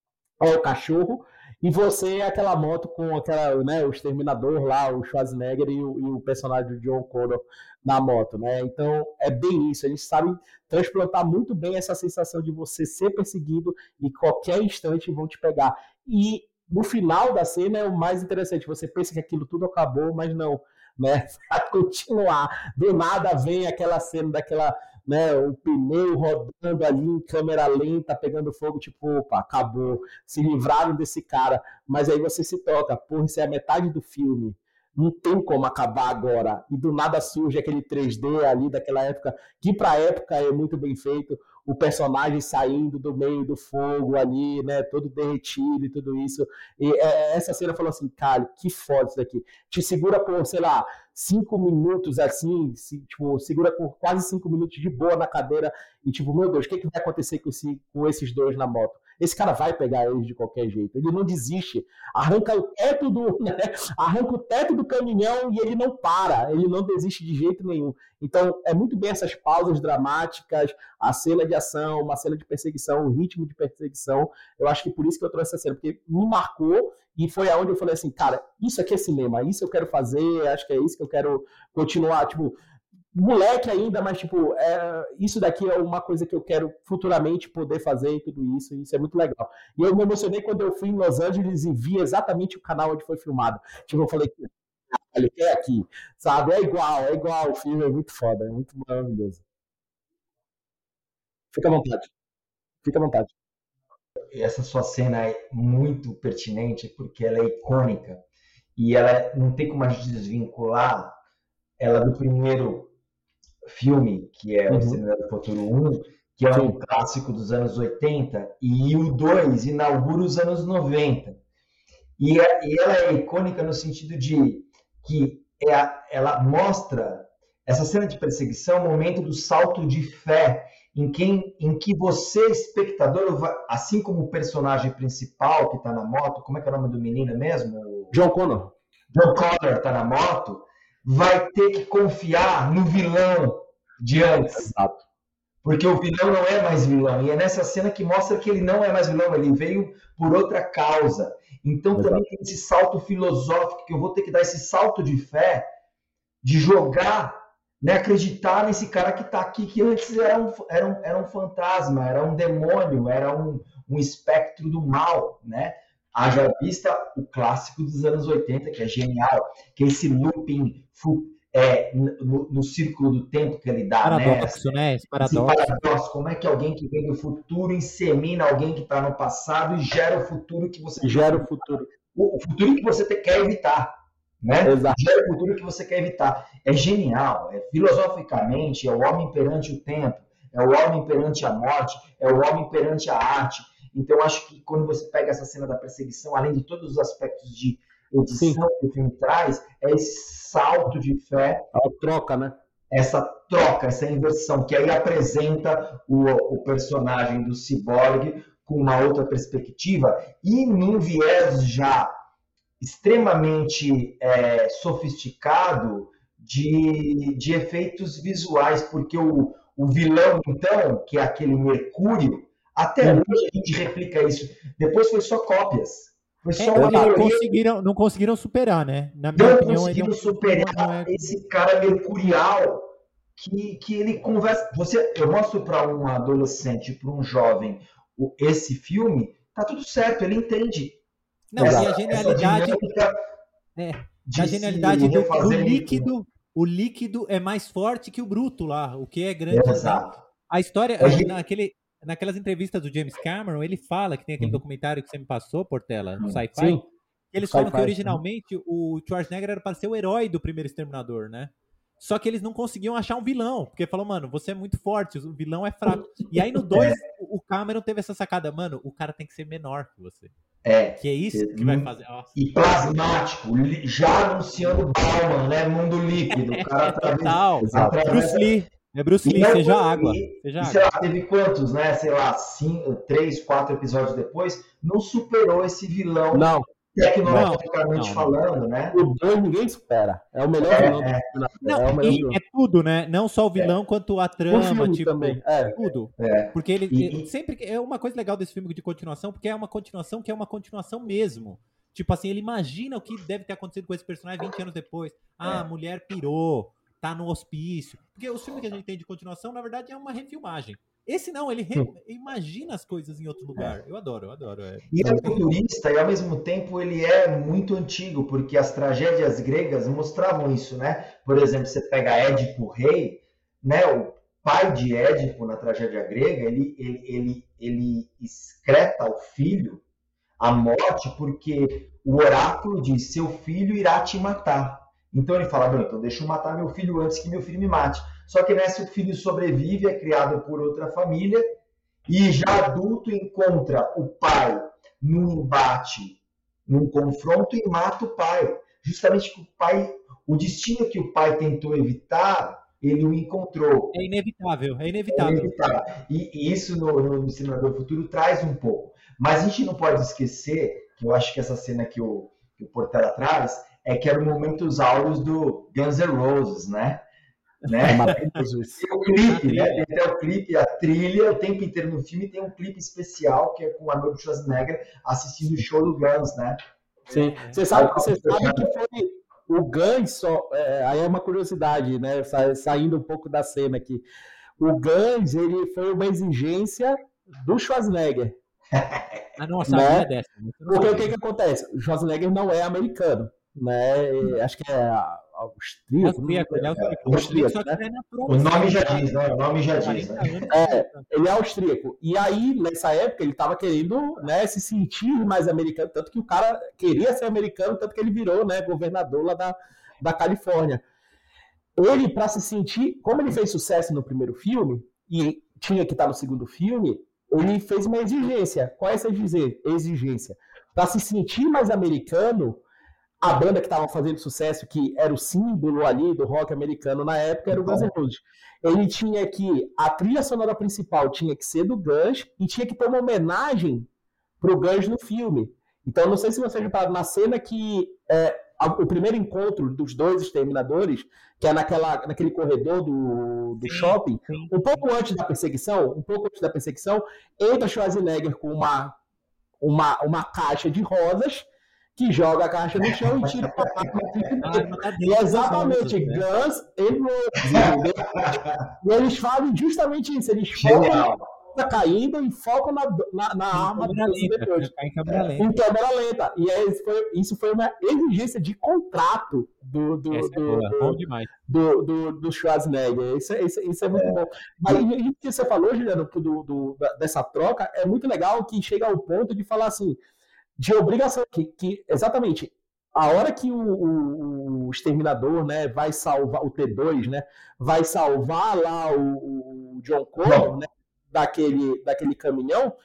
é o cachorro, e você é aquela moto com aquela, né, o Exterminador lá, o Schwarzenegger e o, e o personagem do John Connor na moto, né? Então é bem isso, eles sabem transplantar muito bem essa sensação de você ser perseguido e qualquer instante vão te pegar. E no final da cena é o mais interessante, você pensa que aquilo tudo acabou, mas não, né? Vai continuar. Do nada vem aquela cena daquela, né, o pneu rodando ali em câmera lenta, pegando fogo, tipo, opa, acabou, se livraram desse cara, mas aí você se toca, porra, isso é a metade do filme, não tem como acabar agora, e do nada surge aquele três D ali daquela época, que pra época é muito bem feito, o personagem saindo do meio do fogo ali, né, todo derretido e tudo isso, e é, essa cena falou assim, cara, que foda isso daqui, te segura por, sei lá, cinco minutos assim, se, tipo, segura por quase cinco minutos de boa na cadeira e tipo, meu Deus, o que, que vai acontecer com, esse, com esses dois na moto? Esse cara vai pegar eles de qualquer jeito, ele não desiste, arranca o teto do, né, arranca o teto do caminhão e ele não para, ele não desiste de jeito nenhum. Então, é muito bem essas pausas dramáticas, a cena de ação, uma cena de perseguição, o ritmo de perseguição, eu acho que por isso que eu trouxe essa cena, porque me marcou e foi aonde eu falei assim, cara, isso aqui é cinema, isso eu quero fazer, acho que é isso que eu quero continuar, tipo, moleque ainda, mas tipo, é, isso daqui é uma coisa que eu quero futuramente poder fazer e tudo isso, e isso é muito legal. E eu me emocionei quando eu fui em Los Angeles e vi exatamente o canal onde foi filmado. Tipo, eu falei, olha, é aqui, sabe? É igual, é igual, o filme é muito foda, é muito maravilhoso. Fica à vontade, fica à vontade. Essa sua cena é muito pertinente porque ela é icônica e ela não tem como a gente desvincular ela do primeiro filme, que é o Exterminador do Futuro um, que é um Sim. clássico dos anos oitenta, e o dois inaugura os anos noventa. E, é, e ela é icônica no sentido de que é a, ela mostra essa cena de perseguição, o momento do salto de fé, em, quem, em que você, espectador, vai, assim como o personagem principal que está na moto, como é que é o nome do menino mesmo? John Connor. John Connor está na moto, vai ter que confiar no vilão de antes. Exato. Porque o vilão não é mais vilão. E é nessa cena que mostra que ele não é mais vilão, ele veio por outra causa. Então Exato. Também tem esse salto filosófico, que eu vou ter que dar esse salto de fé, de jogar, né, acreditar nesse cara que está aqui, que antes era um, era, um, era um fantasma, era um demônio, era um, um espectro do mal, né? Haja vista o clássico dos anos oitenta, que é genial, que é esse looping é, no, no círculo do tempo que ele dá, paradoxo, né? né? Esse paradoxo. Esse paradoxo. Como é que alguém que vem do futuro insemina alguém que está no passado e gera o futuro que você gera o futuro, o futuro que você quer evitar, né? Exato. Gera o futuro que você quer evitar. É genial. É, filosoficamente, é o homem perante o tempo, é o homem perante a morte, é o homem perante a arte. Então, acho que quando você pega essa cena da perseguição, além de todos os aspectos de edição Sim. que o filme traz é esse salto de fé. A troca, né? Essa troca, essa inversão, que aí apresenta o, o personagem do Cyborg com uma outra perspectiva e num viés já extremamente é, sofisticado de, de efeitos visuais, porque o, o vilão, então, que é aquele Mercúrio, até hoje a gente replica isso. Depois foi só cópias. Foi só é, não, conseguiram, não conseguiram superar, né? Na minha não opinião, conseguiram não superar não é... esse cara mercurial que, que ele conversa. Você, eu mostro para um adolescente, para um jovem, o, esse filme, tá tudo certo, ele entende. Não, essa, e a genialidade. É, a genialidade do, do líquido. O líquido é mais forte que o bruto lá, o que é grande. Exato. Né? A história, é, naquele. Naquelas entrevistas do James Cameron, ele fala que tem aquele uhum. documentário que você me passou, Portela, no Sci-Fi. Eles falam que originalmente sim. o Schwarzenegger era para ser o herói do primeiro Exterminador, né? Só que eles não conseguiam achar um vilão, porque falou, mano, você é muito forte, o vilão é fraco. E aí no dois, o Cameron teve essa sacada, mano, o cara tem que ser menor que você. É. Que é isso que vai fazer. Nossa. E plasmático, já anunciando Bauman, né? Mundo líquido. O cara é, total. Através... Bruce Lee. É Bruce Lee, seja não, água. E, seja e, água. sei lá, teve quantos, né? Sei lá, cinco, três, quatro episódios depois, não superou esse vilão não. tecnologicamente falando, né? O dois ninguém supera. É o melhor é, vilão. É. Não, é, o melhor vilão. É tudo, né? Não só o vilão, é. quanto a trama, tipo, também. É. tudo. É. Porque ele, e, ele sempre é uma coisa legal desse filme de continuação, porque é uma continuação que é uma continuação mesmo. Tipo assim, ele imagina o que deve ter acontecido com esse personagem vinte anos depois. Ah, é. a mulher pirou. Tá no hospício. Porque os filmes que a gente tem de continuação, na verdade, é uma refilmagem. Esse não, ele re... imagina as coisas em outro lugar. Eu adoro, eu adoro. É. E é futurista e, ao mesmo tempo, ele é muito antigo, porque as tragédias gregas mostravam isso, né? Por exemplo, você pega Édipo Rei, né? O pai de Édipo, na tragédia grega, ele, ele, ele, ele excreta ao filho a morte porque o oráculo diz, seu filho irá te matar. Então ele fala, bom, então deixa eu matar meu filho antes que meu filho me mate. Só que nessa o filho sobrevive, é criado por outra família, e já adulto encontra o pai num embate, num confronto, e mata o pai. Justamente que o pai, o destino que o pai tentou evitar, ele o encontrou. É inevitável, é inevitável. É inevitável. E, e isso no, no Exterminador do Futuro traz um pouco. Mas a gente não pode esquecer, que eu acho que essa cena que o, que o Portela traz, é que era o momento os áureos do Guns N' Roses, né? né? Tem o clipe, né? Tem até o clipe, a trilha, o tempo inteiro no filme tem um clipe especial que é com o Arnold Schwarzenegger assistindo o show do Guns, né? Sim. Você sabe, você sabe que foi o Guns, só, é, aí é uma curiosidade, né? Sa, saindo um pouco da cena aqui. O Guns, ele foi uma exigência do Schwarzenegger. Ah, não, sabia né? dessa. Porque o que, que acontece? O Schwarzenegger não é americano. Né? Acho que é austríaco. Austríaco, ele é austríaco. austríaco né? O nome já diz, né? O nome já diz. Né? É, ele é austríaco. E aí, nessa época, ele estava querendo né, se sentir mais americano, tanto que o cara queria ser americano, tanto que ele virou né, governador lá da, da Califórnia. Ele, para se sentir, como ele fez sucesso no primeiro filme, e tinha que estar no segundo filme, ele fez uma exigência. Qual é essa exigência? Para se sentir mais americano, a banda que estava fazendo sucesso, que era o símbolo ali do rock americano na época, era o Guns N' Roses. Ele tinha que, a trilha sonora principal tinha que ser do Guns e tinha que ter uma homenagem pro Guns no filme. Então, não sei se vocês repararam na cena que é, a, o primeiro encontro dos dois exterminadores, que é naquela, naquele corredor do, do sim, shopping, sim. um pouco antes da perseguição, um pouco antes da perseguição, entra Schwarzenegger com uma, uma, uma caixa de rosas, que joga a caixa no chão e tira a máquina. E exatamente, Guns N' Roses. E eles fazem justamente isso. Eles focam na caindo e focam na, na, na arma depois. Em câmera lenta. Em câmera lenta. E aí, isso, foi, isso foi uma exigência de contrato do, do, do, é do, bom demais. do, do, do Schwarzenegger. Isso, isso, isso é muito é. bom. Mas o que você falou, Juliano, do, do, dessa troca, é muito legal que chega ao ponto de falar assim, de obrigação, que, que exatamente a hora que o, o, o exterminador né, vai salvar, o T dois, né, vai salvar lá o, o John Connor né, daquele, daquele caminhão,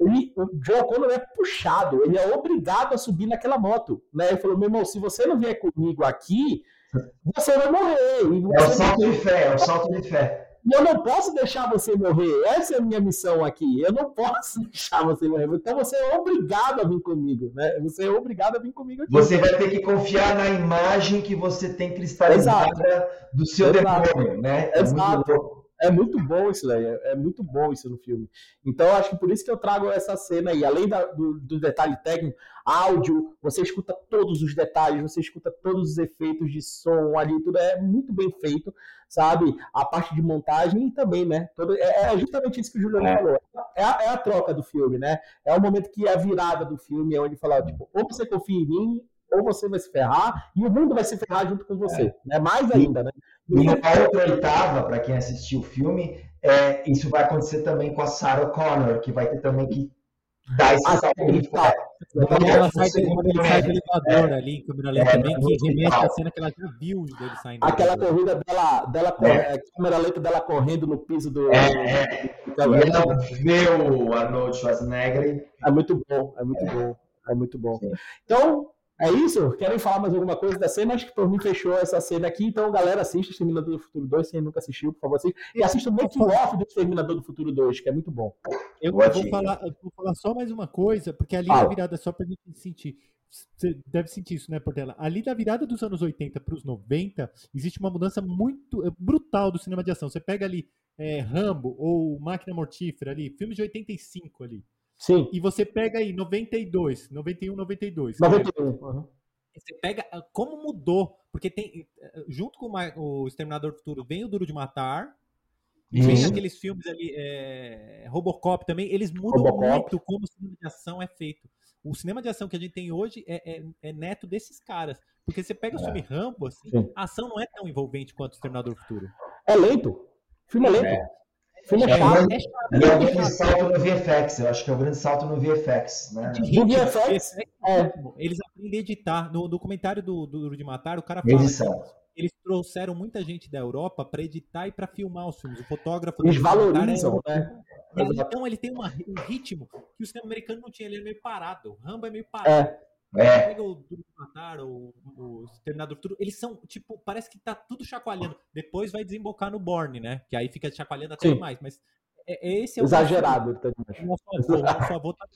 ele, o John Connor é puxado, ele é obrigado a subir naquela moto, né? Ele falou, meu irmão, se você não vier comigo aqui, você vai morrer. E você é o salto de fé, é o salto de fé. E eu não posso deixar você morrer. Essa é a minha missão aqui. Eu não posso deixar você morrer. Então você é obrigado a vir comigo, né? Você é obrigado a vir comigo aqui. Você vai ter que confiar na imagem que você tem cristalizada Exato. do seu Exato. demônio, né? É Exato. muito louco. É muito bom isso daí, é muito bom isso no filme. Então, eu acho que por isso que eu trago essa cena aí. Além da, do, do detalhe técnico, áudio, você escuta todos os detalhes, você escuta todos os efeitos de som ali, tudo é muito bem feito, sabe? A parte de montagem e também, né? Todo, é, é justamente isso que o Juliano é. falou. É a, é a troca do filme, né? É o momento que é a virada do filme, é onde fala, tipo, ou você confia em mim, ou você vai se ferrar, e o mundo vai se ferrar junto com você. É. Né? Mais ainda, né? E uma outra oitava, para quem assistiu o filme, é, isso vai acontecer também com a Sarah Connor, que vai ter também que dar esse salto de fé. Quando ela sai do elevador ali, em câmera lenta também, que remete à cena que ela já viu dele saindo. Aquela corrida dela, dela é. câmera lenta dela correndo no piso do... É, é. E ela vê o Arnold Schwarzenegger. É muito bom, é muito é. bom, é muito bom. Sim. Então... É isso? Querem falar mais alguma coisa da cena? Acho que por mim fechou essa cena aqui. Então, galera, assista Exterminador do Futuro dois. Se nunca assistiu, por favor, assista. E assista o making off do Exterminador do Futuro dois, que é muito bom. Eu vou falar, eu vou falar só mais uma coisa, porque ali ah. na virada, só pra gente sentir. Você deve sentir isso, né, Portela? Ali da virada dos anos oitenta para os noventa, existe uma mudança muito brutal do cinema de ação. Você pega ali é, Rambo ou Máquina Mortífera ali, filmes de oitenta e cinco ali. Sim. E você pega aí noventa e dois, noventa e um, noventa e dois. noventa e um. Uhum. Você pega como mudou, porque tem junto com o Exterminador do Futuro vem o Duro de Matar, Isso. vem aqueles filmes ali, é, Robocop também, eles mudam Robocop. muito como o cinema de ação é feito. O cinema de ação que a gente tem hoje é, é, é neto desses caras, porque você pega o filme é. Rambo, assim, a ação não é tão envolvente quanto o Exterminador do Futuro. É lento. O filme é lento. É. Filme é, chato, é, chato, e é o grande salto no V F X, eu acho que é o grande salto no V F X, né? Do V F X, é. Eles aprendem a editar. No documentário do Duro de Matar, o cara fala Edição. que eles trouxeram muita gente da Europa para editar e para filmar os filmes. O fotógrafo... Eles valorizam, é né? E aí, então ele tem uma, um ritmo que o cinema americano não tinha, ele é meio parado. O Rambo é meio parado. É. É. Pega o Duro de Matar, o, o Exterminador do Futuro, eles são, tipo, parece que tá tudo chacoalhando. Depois vai desembocar no Bourne, né? Que aí fica chacoalhando até demais, mas é, esse é o exagerado. O nosso avô, o nosso avô tá...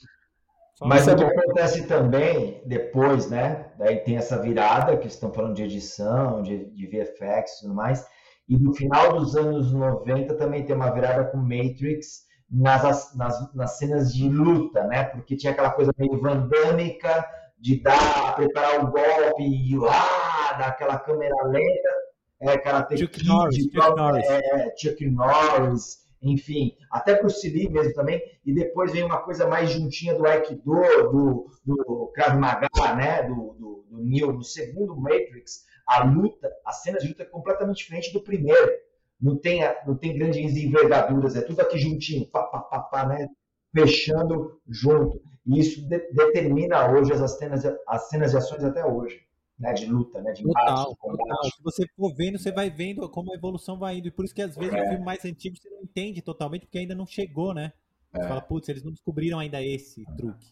Mas o que acontece também depois, né? Daí tem essa virada, que estão falando de edição, de, de V F X e tudo mais, e no final dos anos noventa também tem uma virada com Matrix nas, nas, nas cenas de luta, né? Porque tinha aquela coisa meio vandâmica de dar, preparar o golpe e lá, dar aquela câmera lenta, é, Karate Chuck Kid, Norris, Chuck Norris. É, Chuck Norris, enfim, até pro Lee mesmo também, e depois vem uma coisa mais juntinha do Aikido, do, do Krav Maga, né, do, do, do Neo, no segundo Matrix, a luta, a cena de luta é completamente diferente do primeiro, não tem, não tem grandes envergaduras, é tudo aqui juntinho, pá, pá, pá, pá, né, fechando junto. E isso de, determina hoje as cenas, as cenas de ações até hoje, né, de luta, né, de total, embate, total. Se você for vendo, você vai vendo como a evolução vai indo. E por isso que às vezes é. no filme mais antigo você não entende totalmente, porque ainda não chegou, né? Você é. fala, putz, eles não descobriram ainda esse truque.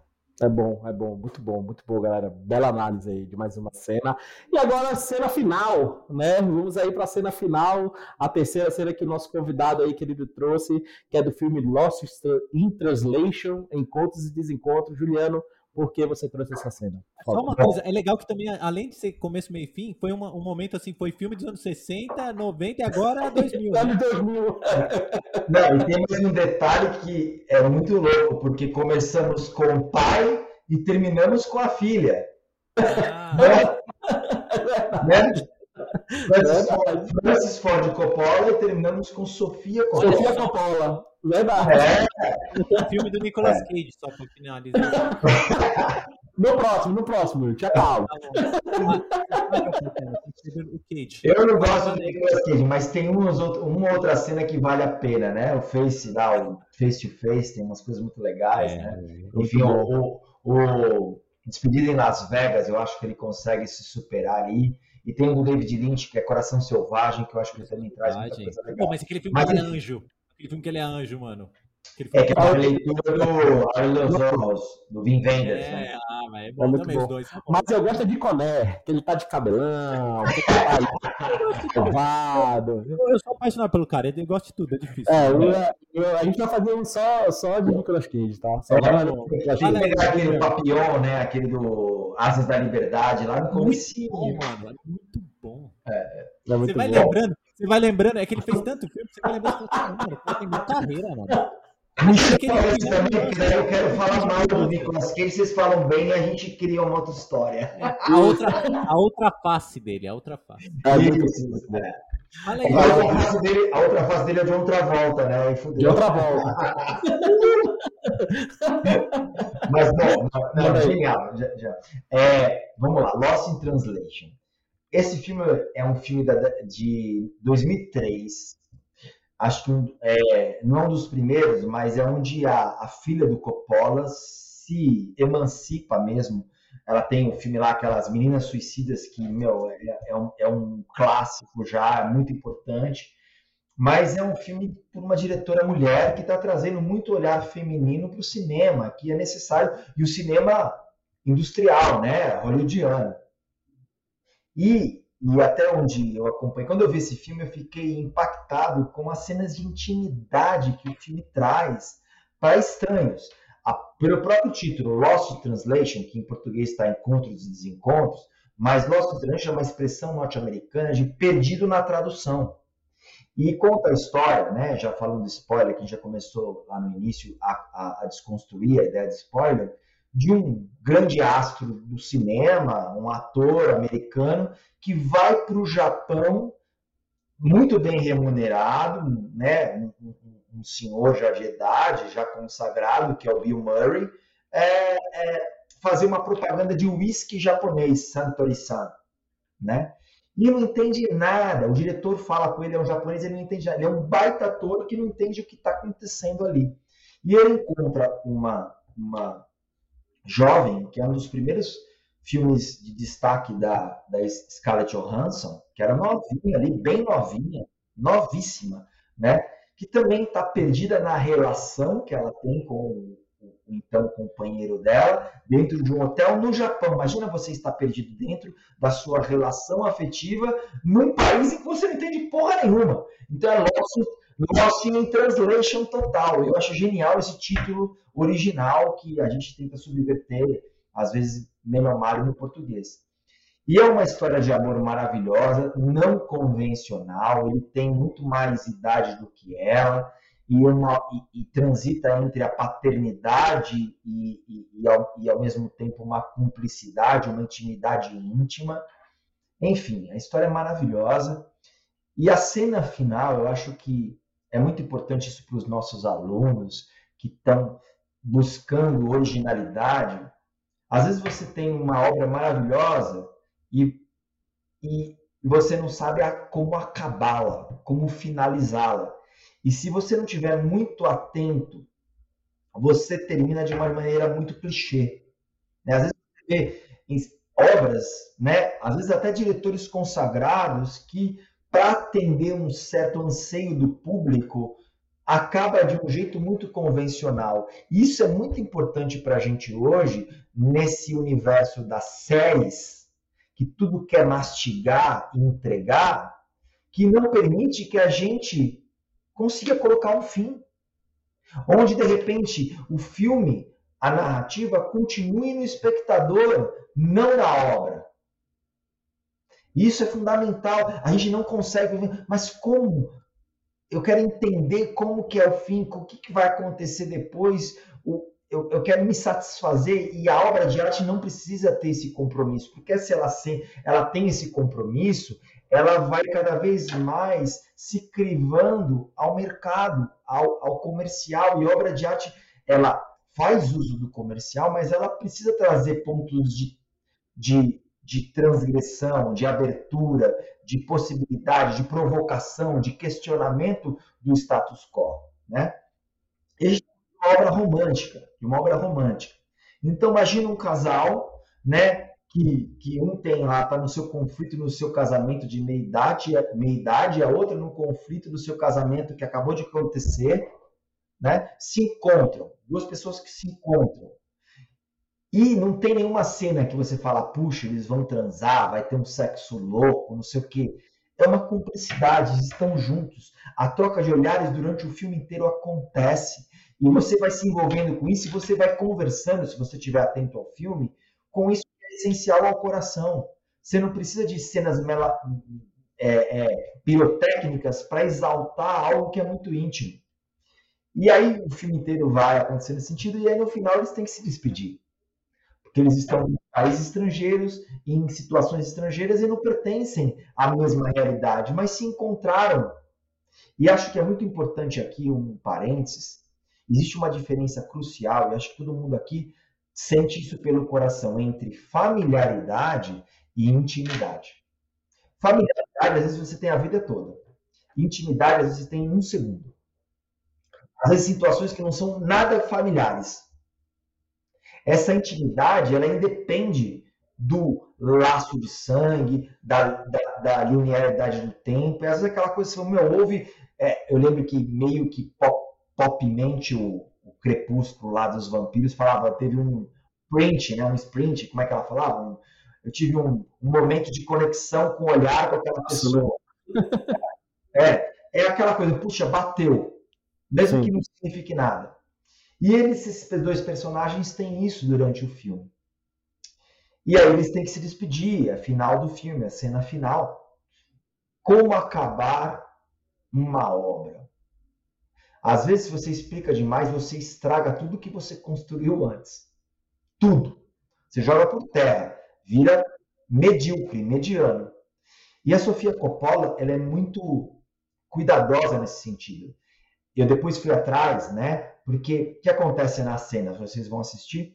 É bom, é bom, muito bom, muito bom, galera. Bela análise aí de mais uma cena. E agora a cena final, né? Vamos aí para a cena final, a terceira cena que o nosso convidado aí, querido, trouxe, que é do filme Lost in Translation, Encontros e Desencontros. Juliano, por que você trouxe essa cena? Só uma coisa, é legal que também, além de ser começo, meio e fim, foi uma, um momento assim, foi filme dos anos sessenta, noventa e agora dois mil. Anos dois mil. Não, e tem mais um detalhe que é muito louco, porque começamos com o pai e terminamos com a filha. Ah. Né? né? Francis, Ford, Francis Ford Coppola e terminamos com Sofia Coppola. Sofia Coppola. Verdade. É. O filme do Nicolas é. Cage, só para finalizar. No próximo, no próximo. Tchau. Eu não gosto do Nicolas Cage, mas tem umas, uma outra cena que vale a pena, né? O Face lá, o Face to Face, tem umas coisas muito legais, é, né? Enfim, o, o, o Despedida em Las Vegas, eu acho que ele consegue se superar ali. E tem o do David Lynch, que é Coração Selvagem, que eu acho que ele também traz muita coisa legal. Pô, mas aquele filme mas que ele é anjo. Aquele filme que ele é anjo, mano. É que é a leitura do Arlos do Vin Wenders, É, né? ah, mas é É bom muito também, bom. os dois são bons. Mas eu gosto de Conner, que ele tá de cabelão, que ele tá covado. Eu sou apaixonado pelo cara, ele gosta de tudo, é difícil. É, eu, eu, a gente vai fazer um só, só de Nicolas Cage, tá? Só É, vai bom. Nicolas Tem Cage. que pegar aquele Papillon, né? Aquele do Asas da Liberdade, lá no Muito comecinho. bom, mano, é muito bom. É Você muito vai bom. lembrando, você vai lembrando, é que ele fez tanto filme que você vai lembrando, mano, o cara tem muita carreira, mano. Me chama Aquele esse filme também, é porque daí eu quero falar mal do Nicolas Cage, vocês falam bem e a gente cria uma outra história. A outra, a outra face dele, a outra face. É muito Isso, bom. é. Fala A aí, outra face dele, a outra face dele é de outra volta, né? Aí fudeu. De outra volta. Mas, bom, não, não, Manda aí. genial. Já, já. É, vamos lá, Lost in Translation. Esse filme é um filme da, de dois mil e três. Acho que um, é, não é um dos primeiros, mas é onde a, a filha do Coppola se emancipa mesmo. Ela tem o filme lá, aquelas Meninas Suicidas, que, meu, é, é, um, é um clássico já, muito importante. Mas é um filme por uma diretora mulher que está trazendo muito olhar feminino para o cinema, que é necessário, e o cinema industrial, né, hollywoodiano. E, e até onde eu acompanhei, quando eu vi esse filme, eu fiquei impactado com as cenas de intimidade que o filme traz para estranhos. A, pelo próprio título, Lost in Translation, que em português está Encontros e Desencontros, mas Lost in Translation é uma expressão norte-americana de perdido na tradução. E conta a história, né, já falando de spoiler, que a gente já começou lá no início a, a, a desconstruir a ideia de spoiler, de um grande astro do cinema, um ator americano, que vai para o Japão muito bem remunerado, né, um, um, um senhor já de idade, já consagrado, que é o Bill Murray, é, é, fazer uma propaganda de uísque japonês, Santori-san, né? E não entende nada. O diretor fala com ele, é um japonês, ele não entende nada. Ele é um baita ator que não entende o que está acontecendo ali. E ele encontra uma, uma jovem, que é um dos primeiros filmes de destaque da, da Scarlett Johansson, que era novinha ali, bem novinha, novíssima, né? Que também está perdida na relação que ela tem com o então companheiro dela, dentro de um hotel no Japão. Imagina você estar perdido dentro da sua relação afetiva num país em que você não entende porra nenhuma. Então é Lost, Lost in Translation total. Eu acho genial esse título original que a gente tenta subverter, às vezes menomar no português. E é uma história de amor maravilhosa, não convencional, ele tem muito mais idade do que ela, e, uma, e, e transita entre a paternidade e, e, e, ao, e, ao mesmo tempo, uma cumplicidade, uma intimidade íntima. Enfim, a história é maravilhosa. E a cena final, eu acho que é muito importante isso para os nossos alunos que estão buscando originalidade. Às vezes você tem uma obra maravilhosa e, e você não sabe a, como acabá-la, como finalizá-la. E se você não estiver muito atento, você termina de uma maneira muito clichê. Né? Às vezes você vê em obras, né? Às vezes até diretores consagrados que, para atender um certo anseio do público, acaba de um jeito muito convencional. E isso é muito importante para a gente hoje, nesse universo das séries, que tudo quer mastigar e entregar, que não permite que a gente consiga colocar um fim. Onde, de repente, o filme, a narrativa, continue no espectador, não na obra. Isso é fundamental. A gente não consegue... Mas como? Eu quero entender como que é o fim, o que, que vai acontecer depois. Eu, eu quero me satisfazer e a obra de arte não precisa ter esse compromisso. Porque se ela, se ela tem esse compromisso, ela vai cada vez mais se crivando ao mercado, ao, ao comercial. E a obra de arte, ela faz uso do comercial, mas ela precisa trazer pontos de, de, de transgressão, de abertura, de possibilidade, de provocação, de questionamento do status quo, né? E a gente tem uma obra romântica, uma obra romântica. Então, imagina um casal, né? Que, que um tem lá, está no seu conflito, no seu casamento de meia-idade, meia-idade, a outra no conflito do seu casamento que acabou de acontecer, né, se encontram, duas pessoas que se encontram, e não tem nenhuma cena que você fala, puxa, eles vão transar, vai ter um sexo louco, não sei o quê. É uma cumplicidade, eles estão juntos. A troca de olhares durante o filme inteiro acontece. E você vai se envolvendo com isso e você vai conversando, se você estiver atento ao filme, com isso que é essencial ao coração. Você não precisa de cenas mela, é, é, pirotécnicas para exaltar algo que é muito íntimo. E aí o filme inteiro vai acontecer nesse sentido, e aí no final eles têm que se despedir. Porque eles estão em países estrangeiros, em situações estrangeiras, e não pertencem à mesma realidade, mas se encontraram. E acho que é muito importante aqui, um parênteses, existe uma diferença crucial, e acho que todo mundo aqui sente isso pelo coração, entre familiaridade e intimidade. Familiaridade, às vezes, você tem a vida toda. Intimidade, às vezes, você tem um segundo. Às vezes, situações que não são nada familiares. Essa intimidade, ela independe do laço de sangue, da, da, da linearidade do tempo. E às vezes aquela coisa que você meu, ouve... É, eu lembro que meio que pop, popmente o, o Crepúsculo lá dos vampiros falava, teve um sprint, né, um sprint, como é que ela falava? Um, eu tive um, um momento de conexão com o olhar com aquela pessoa. É, é aquela coisa, puxa, bateu. Mesmo Sim. que não signifique nada. E eles, esses dois personagens, têm isso durante o filme. E aí eles têm que se despedir, a final do filme, a cena final. Como acabar uma obra? Às vezes, se você explica demais, você estraga tudo que você construiu antes. Tudo. Você joga por terra, vira medíocre, mediano. E a Sofia Coppola, ela é muito cuidadosa nesse sentido. Eu depois fui atrás, né? Porque o que acontece na cena? Vocês vão assistir.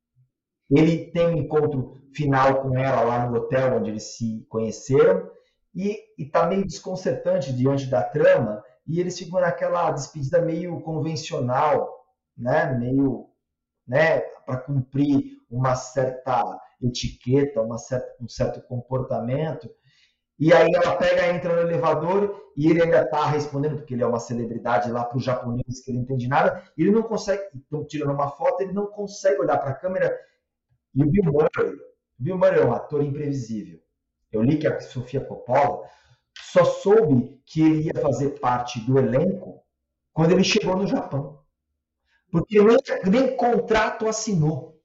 Ele tem um encontro final com ela lá no hotel onde eles se conheceram e está meio desconcertante diante da trama e eles ficam naquela despedida meio convencional, né? Meio, né? Para cumprir uma certa etiqueta, uma certa, um certo comportamento. E aí ela pega, entra no elevador e ele ainda está respondendo, porque ele é uma celebridade lá para o japonês que ele não entende nada, e ele não consegue, estão tirando uma foto, ele não consegue olhar para a câmera. E o Bill Murray, o Bill Murray é um ator imprevisível. Eu li que a Sofia Coppola só soube que ele ia fazer parte do elenco quando ele chegou no Japão. Porque nem, nem contrato assinou.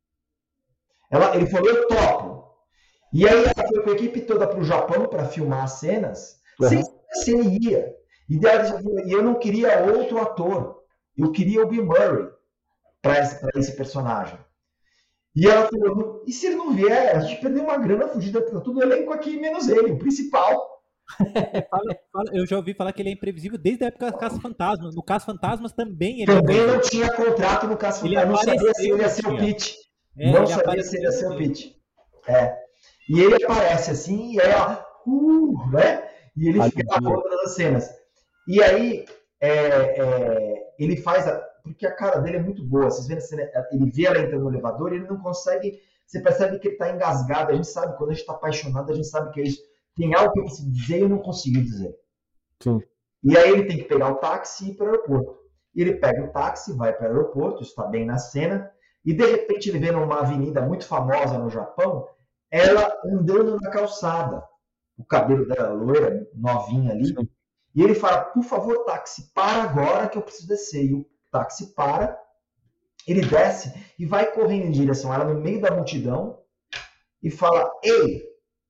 Ela, ele falou, eu topo. E aí ela foi com a equipe toda para o Japão para filmar as cenas, uhum. sem saber se ele ia. E eu não queria outro ator. Eu queria o Bill Murray para esse, esse personagem. E ela falou, e se ele não vier? A gente perdeu uma grana fugida para todo o elenco aqui, menos ele, o principal. fala, fala, eu já ouvi falar que ele é imprevisível desde a época do Caça-Fantasmas. No Caça-Fantasmas também ele Também não tinha contrato no Caça-Fantasmas. Não sabia se ele ia ser o pitch. É, não sabia se ele ia ser o pitch. É. E ele aparece assim, e aí ela, uh, né? E ele fica na ponta das cenas. E aí, é, é, ele faz, a, porque a cara dele é muito boa. Vocês veem a cena, ele vê ela entrando no elevador e ele não consegue, você percebe que ele está engasgado. A gente sabe, quando a gente está apaixonado, a gente sabe que é isso. Tem algo que eu preciso dizer e eu não consigo dizer. Sim. E aí ele tem que pegar o táxi e ir para o aeroporto. E ele pega o táxi, vai para o aeroporto, está bem na cena, e de repente ele vê numa avenida muito famosa no Japão, ela andando na calçada, o cabelo dela loira, novinha ali, Sim. e ele fala, por favor, táxi, para agora que eu preciso descer. E o táxi para, ele desce e vai correndo em direção a ela no meio da multidão e fala, ei!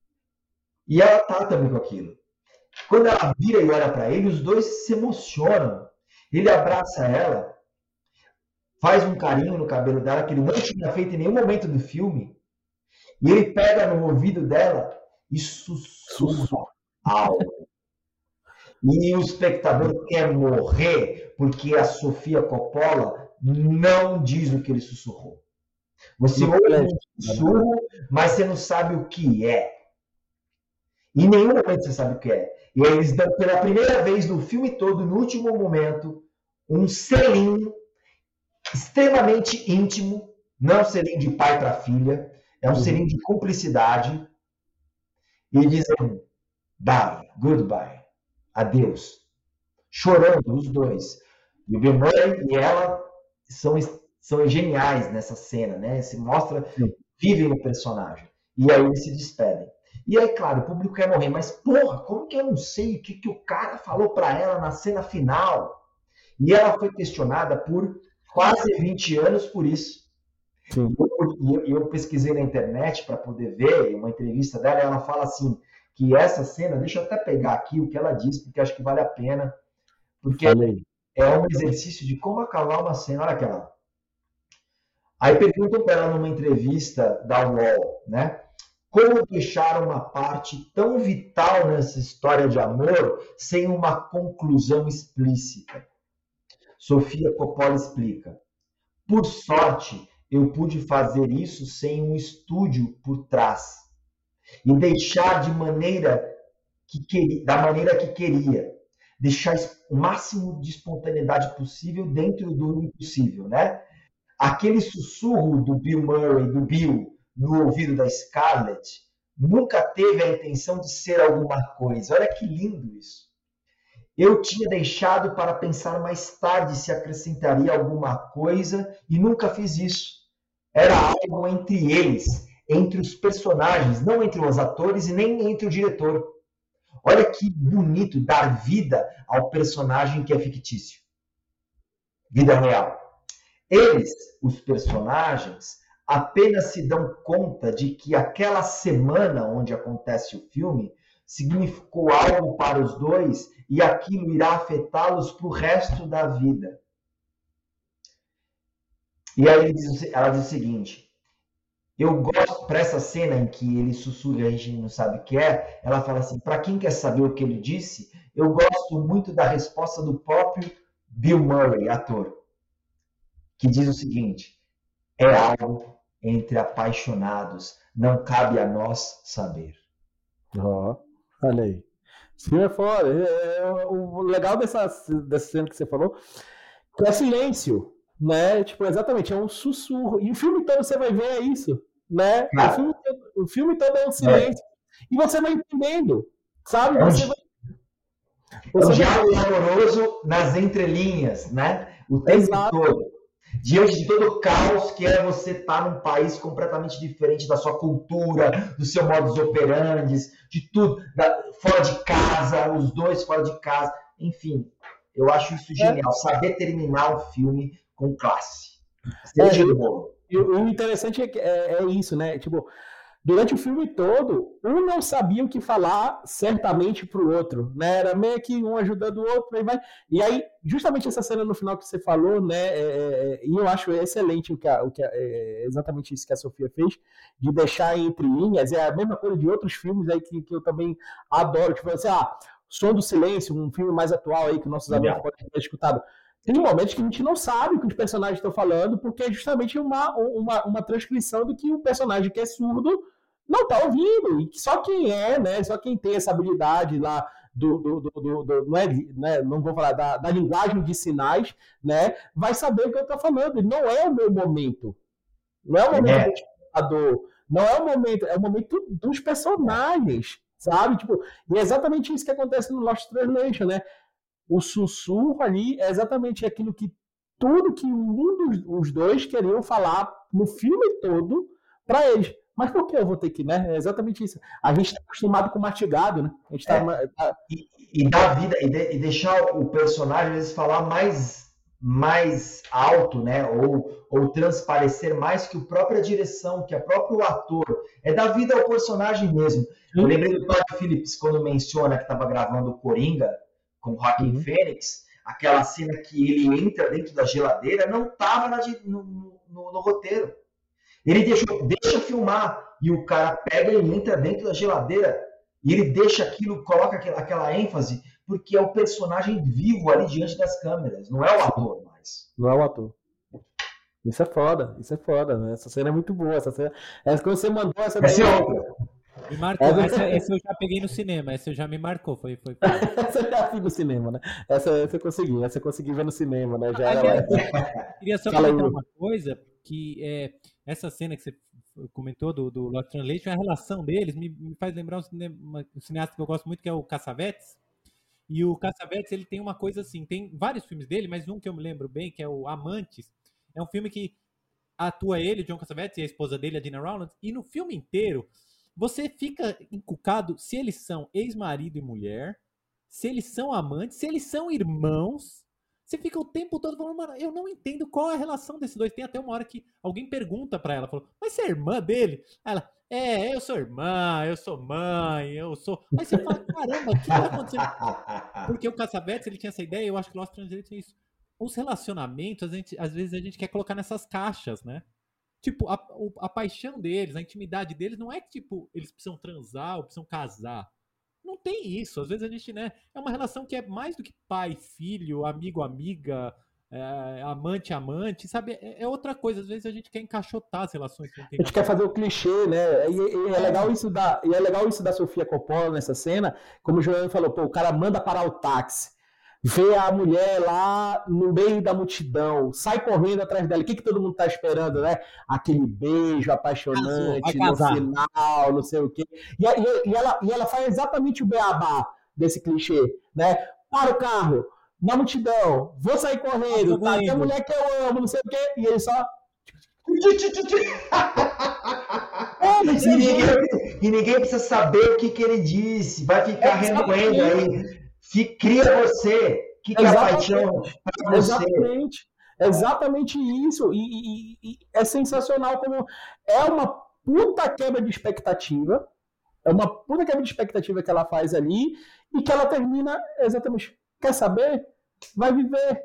E ela tá também com aquilo. Quando ela vira e olha para ele, os dois se emocionam. Ele abraça ela, faz um carinho no cabelo dela, que ele não tinha feito em nenhum momento do filme, e ele pega no ouvido dela e sussurra algo. E o espectador quer morrer porque a Sofia Coppola não diz o que ele sussurrou. Você ouve um sussurro, mas você não sabe o que é. Em nenhum momento você sabe o que é. E aí eles dão pela primeira vez no filme todo, no último momento, um selinho extremamente íntimo, não é um selinho de pai para filha, é um uhum. selinho de cumplicidade. E dizem, bye, goodbye, adeus. Chorando, os dois. E o Bill Murray e ela são, são geniais nessa cena, né? Se mostra, vivem no personagem. E aí eles se despedem. E aí, claro, o público quer morrer, mas porra, como que eu não sei o que, que o cara falou para ela na cena final? E ela foi questionada por quase vinte anos por isso. Sim. E eu, eu, eu pesquisei na internet para poder ver uma entrevista dela, e ela fala assim, que essa cena, deixa eu até pegar aqui o que ela diz, porque acho que vale a pena, porque Falei. é um exercício de como acabar uma cena. Olha aquela. Aí perguntam para ela numa entrevista da U O L, né? Como deixar uma parte tão vital nessa história de amor sem uma conclusão explícita? Sofia Coppola explica. Por sorte, eu pude fazer isso sem um estúdio por trás e deixar de maneira que queria, da maneira que queria. Deixar o máximo de espontaneidade possível dentro do impossível, né? Aquele sussurro do Bill Murray, do Bill, no ouvido da Scarlett, nunca teve a intenção de ser alguma coisa. Olha que lindo isso. Eu tinha deixado para pensar mais tarde se acrescentaria alguma coisa e nunca fiz isso. Era algo entre eles, entre os personagens, não entre os atores e nem entre o diretor. Olha que bonito dar vida ao personagem que é fictício. Vida real. Eles, os personagens, apenas se dão conta de que aquela semana onde acontece o filme significou algo para os dois e aquilo irá afetá-los para o resto da vida. E aí ela diz o seguinte, eu gosto, para essa cena em que ele sussurra e a gente não sabe o que é, ela fala assim, para quem quer saber o que ele disse, eu gosto muito da resposta do próprio Bill Murray, ator, que diz o seguinte, é algo entre apaixonados, não cabe a nós saber. Ó, oh, olha aí. Esse filme é foda. É, é, o legal dessa, dessa cena que você falou é silêncio, né? Tipo, exatamente, é um sussurro. E o filme todo você vai ver é isso, né? Ah. O, filme todo, o filme todo é um silêncio. É. E você vai entendendo, sabe? Você vai... Você é um diálogo amoroso nas entrelinhas, né? O tempo Exato. todo. Diante de todo o caos que é você estar num país completamente diferente da sua cultura, do seu modus operandi, de tudo, da, fora de casa, os dois fora de casa, enfim, eu acho isso genial, é. saber terminar um filme com classe. Seja é, bom. E o interessante é, é, é isso, né? Tipo, durante o filme todo, um não sabia o que falar certamente para o outro, né? Era meio que um ajudando o outro, aí vai. E aí, justamente essa cena no final que você falou, né? É, e eu acho excelente o que, a, o que a, é exatamente isso que a Sofia fez, de deixar entre linhas. É a mesma coisa de outros filmes aí que, que eu também adoro. Tipo assim, ah, Som do Silêncio, um filme mais atual aí que nossos amigos podem ter escutado. Tem momentos que a gente não sabe o que os personagens estão falando, porque é justamente uma, uma, uma transcrição do que o personagem que é surdo não está ouvindo. E só quem é, né? Só quem tem essa habilidade lá do. do, do, do, do não, é, né, não vou falar da, da linguagem de sinais, né? Vai saber o que eu estou falando. E não é o meu momento. Não é o momento é. do espectador. Não é o momento, é o momento dos personagens, sabe? Tipo, e é exatamente isso que acontece no Lost Translation, né? O sussurro ali é exatamente aquilo que tudo que um dos os dois queriam falar no filme todo para eles. Mas por que eu vou ter que, né? É exatamente isso. A gente está acostumado com mastigado, né? A gente tá, é, tá... E, e dar vida, e, de, e deixar o personagem, às vezes, falar mais, mais alto, né? Ou, ou transparecer mais que a própria direção, que o próprio ator. É dar vida ao personagem mesmo. Hum. Eu lembrei do Todd Phillips, quando menciona que estava gravando o Coringa, com o Joaquin uhum. Phoenix, aquela cena que ele entra dentro da geladeira, não estava no, no, no roteiro. Ele deixou, deixa filmar, e o cara pega e entra dentro da geladeira, e ele deixa aquilo, coloca aquela, aquela ênfase, porque é o personagem vivo ali diante das câmeras, não é o ator mais. Não é o ator. Isso é foda, isso é foda, né? Essa cena é muito boa, essa cena... Essa que você mandou, essa daí... Essa é outra. Me marcou, essa, essa, essa eu já peguei no cinema, essa já me marcou, foi, foi... Essa eu já vi no cinema, né? Essa, essa eu consegui, essa eu consegui ver no cinema, né? Já Aliás, era... Queria só comentar uma coisa, que é, essa cena que você comentou do, do Lost Translation, a relação deles me, me faz lembrar um, cinema, um cineasta que eu gosto muito, que é o Cassavetes, E o Cassavetes, ele tem uma coisa assim, tem vários filmes dele, mas um que eu me lembro bem, que é o Amantes, é um filme que atua ele, o John Cassavetes, e a esposa dele, a Dina Rowlands, e no filme inteiro, você fica encucado se eles são ex-marido e mulher, se eles são amantes, se eles são irmãos. Você fica o tempo todo falando, mano, eu não entendo qual é a relação desses dois. Tem até uma hora que alguém pergunta pra ela, falou, mas você é irmã dele? Aí ela, é, eu sou irmã, eu sou mãe, eu sou... Aí você fala, caramba, o que tá acontecendo? Porque o Cassavetes, ele tinha essa ideia, eu acho que o Lost Translation tem isso. Os relacionamentos, a gente, às vezes a gente quer colocar nessas caixas, né? Tipo, a, a paixão deles, a intimidade deles, não é que, tipo, eles precisam transar ou precisam casar. Não tem isso. Às vezes a gente, né? É uma relação que é mais do que pai, filho, amigo, amiga, é, amante, amante, sabe? É, é outra coisa. Às vezes a gente quer encaixotar as relações que não tem. A gente quer fazer o clichê, né? E, e é legal isso da, e é legal isso da Sofia Coppola nessa cena, como o João falou, pô, o cara manda parar o táxi, vê a mulher lá no meio da multidão, sai correndo atrás dela. O que, que todo mundo tá esperando, né? Aquele beijo apaixonante no final, não sei o quê. E, e, e, ela, e ela faz exatamente o beabá desse clichê, né? Para o carro, na multidão, vou sair correndo, tá? Tem a mulher que eu amo, não sei o quê. E ele só... É, e, ninguém, e ninguém precisa saber o que, que ele disse. Vai ficar remoendo aí. Cria você, que, que é a paixão pra você. Exatamente, exatamente isso, e, e, e é sensacional como é uma puta quebra de expectativa, é uma puta quebra de expectativa que ela faz ali, e que ela termina exatamente, quer saber? Vai viver.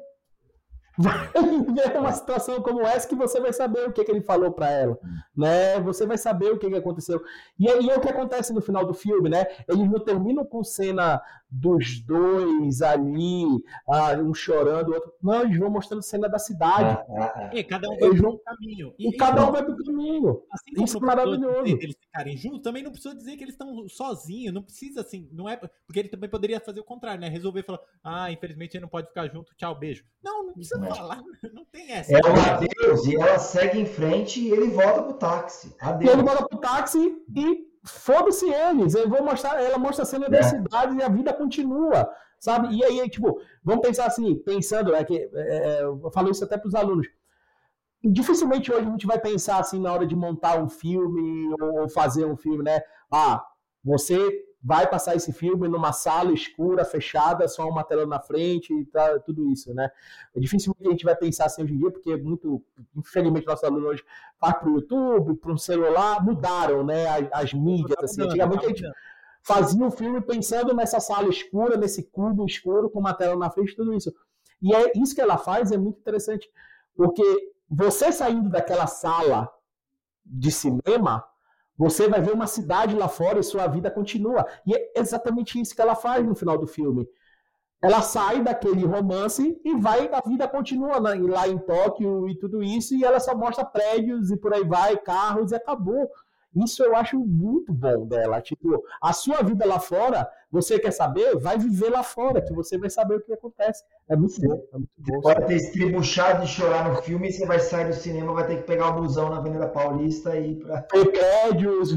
Vai viver uma situação como essa que você vai saber o que, que ele falou para ela, né? Você vai saber o que, que aconteceu. E aí é o que acontece no final do filme, né? Eles não terminam com cena dos dois ali, ah, um chorando, o outro. Não, eles vão mostrando cena da cidade. Ah, ah, ah. E cada um vai pro caminho. E, e cada um vai pro caminho. Assim Isso é maravilhoso. Eles ficarem juntos, também não precisa dizer que eles estão sozinhos. Não precisa assim, não é porque ele também poderia fazer o contrário, né? Resolver falar, ah, infelizmente ele não pode ficar junto, tchau, beijo. Não, não precisa falar, não tem essa. É o adeus, e ela segue em frente e ele volta pro táxi. Adeus. E ele volta pro táxi e foda-se eles. Eu vou mostrar, ela mostra a cena é. da cidade e a vida continua, sabe? E aí, tipo, vamos pensar assim, pensando, é que é, eu falo isso até pros alunos. Dificilmente hoje a gente vai pensar assim na hora de montar um filme ou fazer um filme, né? Ah, você vai passar esse filme numa sala escura, fechada, só uma tela na frente e tá, tudo isso, né? É dificilmente a gente vai pensar assim hoje em dia, porque muito, infelizmente, nossos alunos hoje vai para o YouTube, para um celular, mudaram, né, as, as mídias, assim. Antigamente a gente fazia um filme pensando nessa sala escura, nesse cubo escuro, com uma tela na frente, tudo isso. E é isso que ela faz, é muito interessante, porque você saindo daquela sala de cinema, você vai ver uma cidade lá fora e sua vida continua. E é exatamente isso que ela faz no final do filme. Ela sai daquele romance e vai, a vida continua lá em Tóquio e tudo isso, e ela só mostra prédios e por aí vai, carros e acabou. Isso eu acho muito bom dela. Tipo, a sua vida lá fora, você quer saber? Vai viver lá fora, que você vai saber o que acontece. É muito bom. É muito bom. Você pode ter estribuchado de chorar no filme e você vai sair do cinema, vai ter que pegar o busão na Avenida Paulista e ir pra... prédios,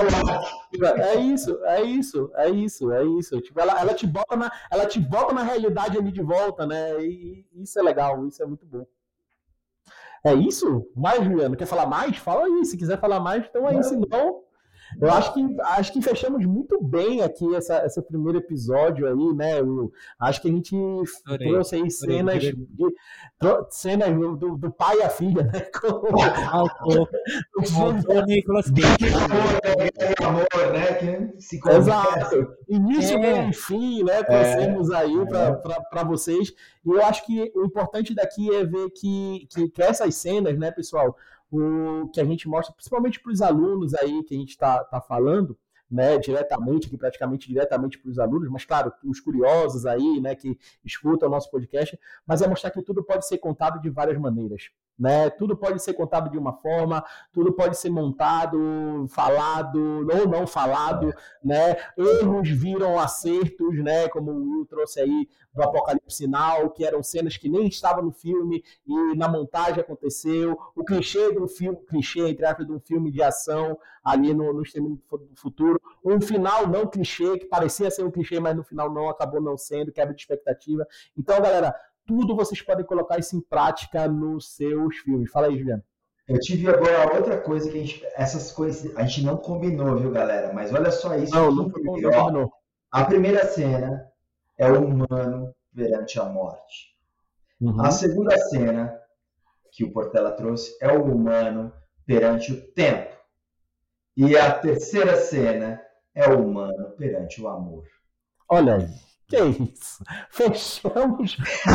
é isso, é isso, é isso, é isso. Tipo, ela, ela, te bota na, ela te bota na realidade ali de volta, né? E, e isso é legal, isso é muito bom. É isso? Mais, Juliano? Quer falar mais? Fala aí. Se quiser falar mais, então é isso. Senão, eu acho que, acho que fechamos muito bem aqui essa, esse primeiro episódio aí, né? Eu, acho que a gente Adorei. trouxe aí cenas, Adorei. de, tro, cenas do, do pai e a filha, né? Faltou. Faltou Nicolas Cage. Amor, né? Que se Exato. Início, é. meio e fim, né? Trouxemos é. aí é. para vocês. E eu acho que o importante daqui é ver que, que, que essas cenas, né, pessoal, o que a gente mostra, principalmente para os alunos aí que a gente está tá falando, né, diretamente, aqui praticamente diretamente para os alunos, mas claro, os curiosos aí, né, que escutam o nosso podcast, mas é mostrar que tudo pode ser contado de várias maneiras, né? Tudo pode ser contado de uma forma, tudo pode ser montado, falado ou não falado, né? Erros viram acertos, né? Como o Will trouxe aí do Apocalipse Sinal, que eram cenas que nem estavam no filme e na montagem aconteceu. O clichê de um filme, clichê, entre aspas, de um filme de ação ali no, no Extermínio do Futuro. Um final não clichê, que parecia ser um clichê, mas no final não, acabou não sendo, quebra de expectativa. Então, galera, tudo vocês podem colocar isso em prática nos seus filmes. Fala aí, Juliano. Eu tive agora outra coisa que a gente, essas coisas a gente não combinou, viu, galera? Mas olha só isso. Não, aqui, não, não, ó. não combinou. A primeira cena é o humano perante a morte. Uhum. A segunda cena que o Portela trouxe é o humano perante o tempo. E a terceira cena é o humano perante o amor. Olha aí. Que é isso? Fechamos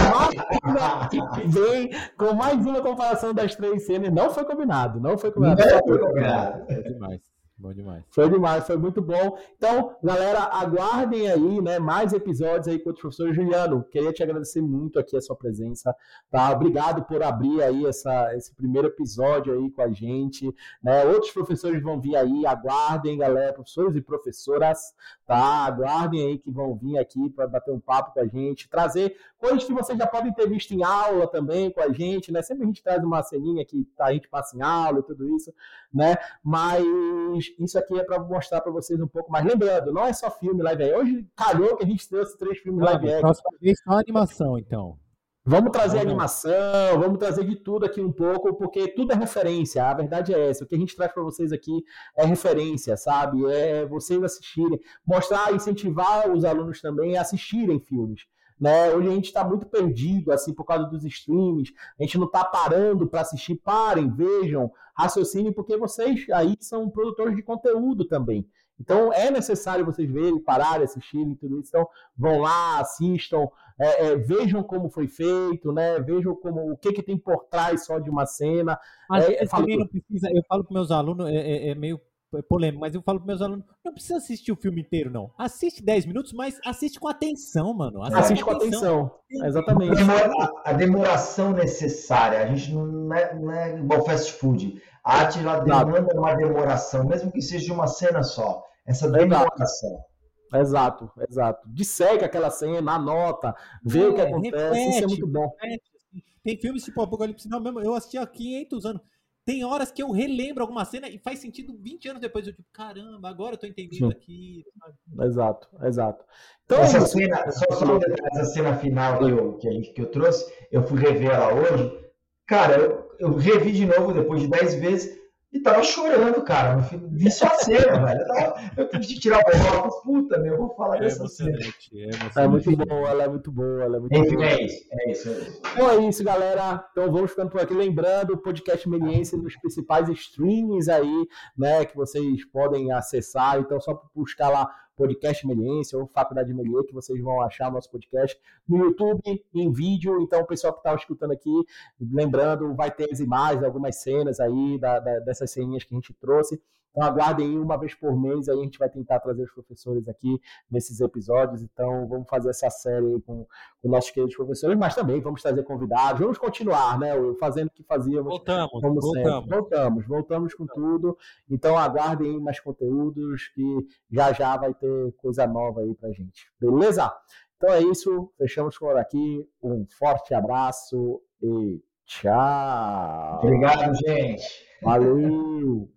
bem com mais uma comparação das três cenas. Não foi combinado, não foi combinado. Não Só foi foi combinado. Bom demais, bom demais. Foi demais, foi muito bom. Então, galera, aguardem aí, né, mais episódios aí com outros professores. Juliano, queria te agradecer muito aqui a sua presença, tá? Obrigado por abrir aí essa, esse primeiro episódio aí com a gente, né? Outros professores vão vir aí, aguardem, galera, professores e professoras, tá? Aguardem aí que vão vir aqui para bater um papo com a gente, trazer coisas que vocês já podem ter visto em aula também com a gente, né? Sempre a gente traz uma ceninha que a gente passa em aula e tudo isso, né? Mas isso aqui é para mostrar para vocês um pouco mais. Lembrando, não é só filme live action. Hoje calhou que a gente trouxe três filmes Ah, live action. próxima vez só animação, então. Vamos trazer Vamos. animação, vamos trazer de tudo aqui um pouco, porque tudo é referência, a verdade é essa. O que a gente traz para vocês aqui é referência, sabe? É vocês assistirem, mostrar, incentivar os alunos também a assistirem filmes. Né? Hoje a gente está muito perdido, assim, por causa dos streams, a gente não está parando para assistir. Parem, vejam, raciocinem, porque vocês aí são produtores de conteúdo também. Então é necessário vocês verem, pararem, assistirem tudo isso. Então vão lá, assistam, é, é, vejam como foi feito, né? Vejam como, o que, que tem por trás só de uma cena. Mas É, é, falo- também não precisa, eu falo para meus alunos, é, é- é meio polêmico, mas eu falo para meus alunos, não precisa assistir o filme inteiro, não. Assiste dez minutos, mas assiste com atenção, mano. Assiste com atenção. Exatamente. A, a demoração necessária. A gente não é, não é igual fast food. A arte ela demanda uma demoração, mesmo que seja de uma cena só. Essa demoração. Exato, exato. Disseca aquela cena, anota, vê É, o que acontece, repete, isso é muito bom. repete, assim. Tem filmes tipo Apocalipse Sinal mesmo, eu assisti há quinhentos anos. Tem horas que eu relembro alguma cena e faz sentido vinte anos depois. Eu tipo, caramba, agora eu tô entendendo Sim. aqui. Sabe? Exato, exato. Então, Essa é isso. cena, só, só um detalhe, essa cena final que eu, que, a gente, que eu trouxe, eu fui rever ela hoje. Cara, eu, eu revi de novo depois de dez vezes e tava chorando, cara. No fim, vi só a cena, velho. Eu, tava, eu tive que tirar o óculos, puta, meu, eu vou falar É dessa cena. emocionante, é emocionante. É muito boa, ela é muito boa, ela é muito Enfim, boa. é isso, é isso, é isso. Então é isso, galera. Então vamos ficando por aqui. Lembrando, o podcast Meliense nos principais streams aí, né, que vocês podem acessar. Então, só buscar lá podcast Meliense ou Faculdade Melier, que vocês vão achar o nosso podcast no YouTube, em vídeo. Então, o pessoal que está escutando aqui, lembrando, vai ter as imagens, algumas cenas aí da, da, dessas ceninhas que a gente trouxe. Então, aguardem aí uma vez por mês, aí a gente vai tentar trazer os professores aqui nesses episódios. Então, vamos fazer essa série aí com, com nossos queridos professores, mas também vamos trazer convidados. Vamos continuar, né, Will, fazendo o que fazíamos. Voltamos, Como sempre. voltamos. Voltamos, voltamos com tudo. Então, aguardem aí mais conteúdos, que já já vai ter coisa nova aí pra gente. Beleza? Então é isso, fechamos por aqui. Um forte abraço e tchau. Obrigado, gente. Valeu!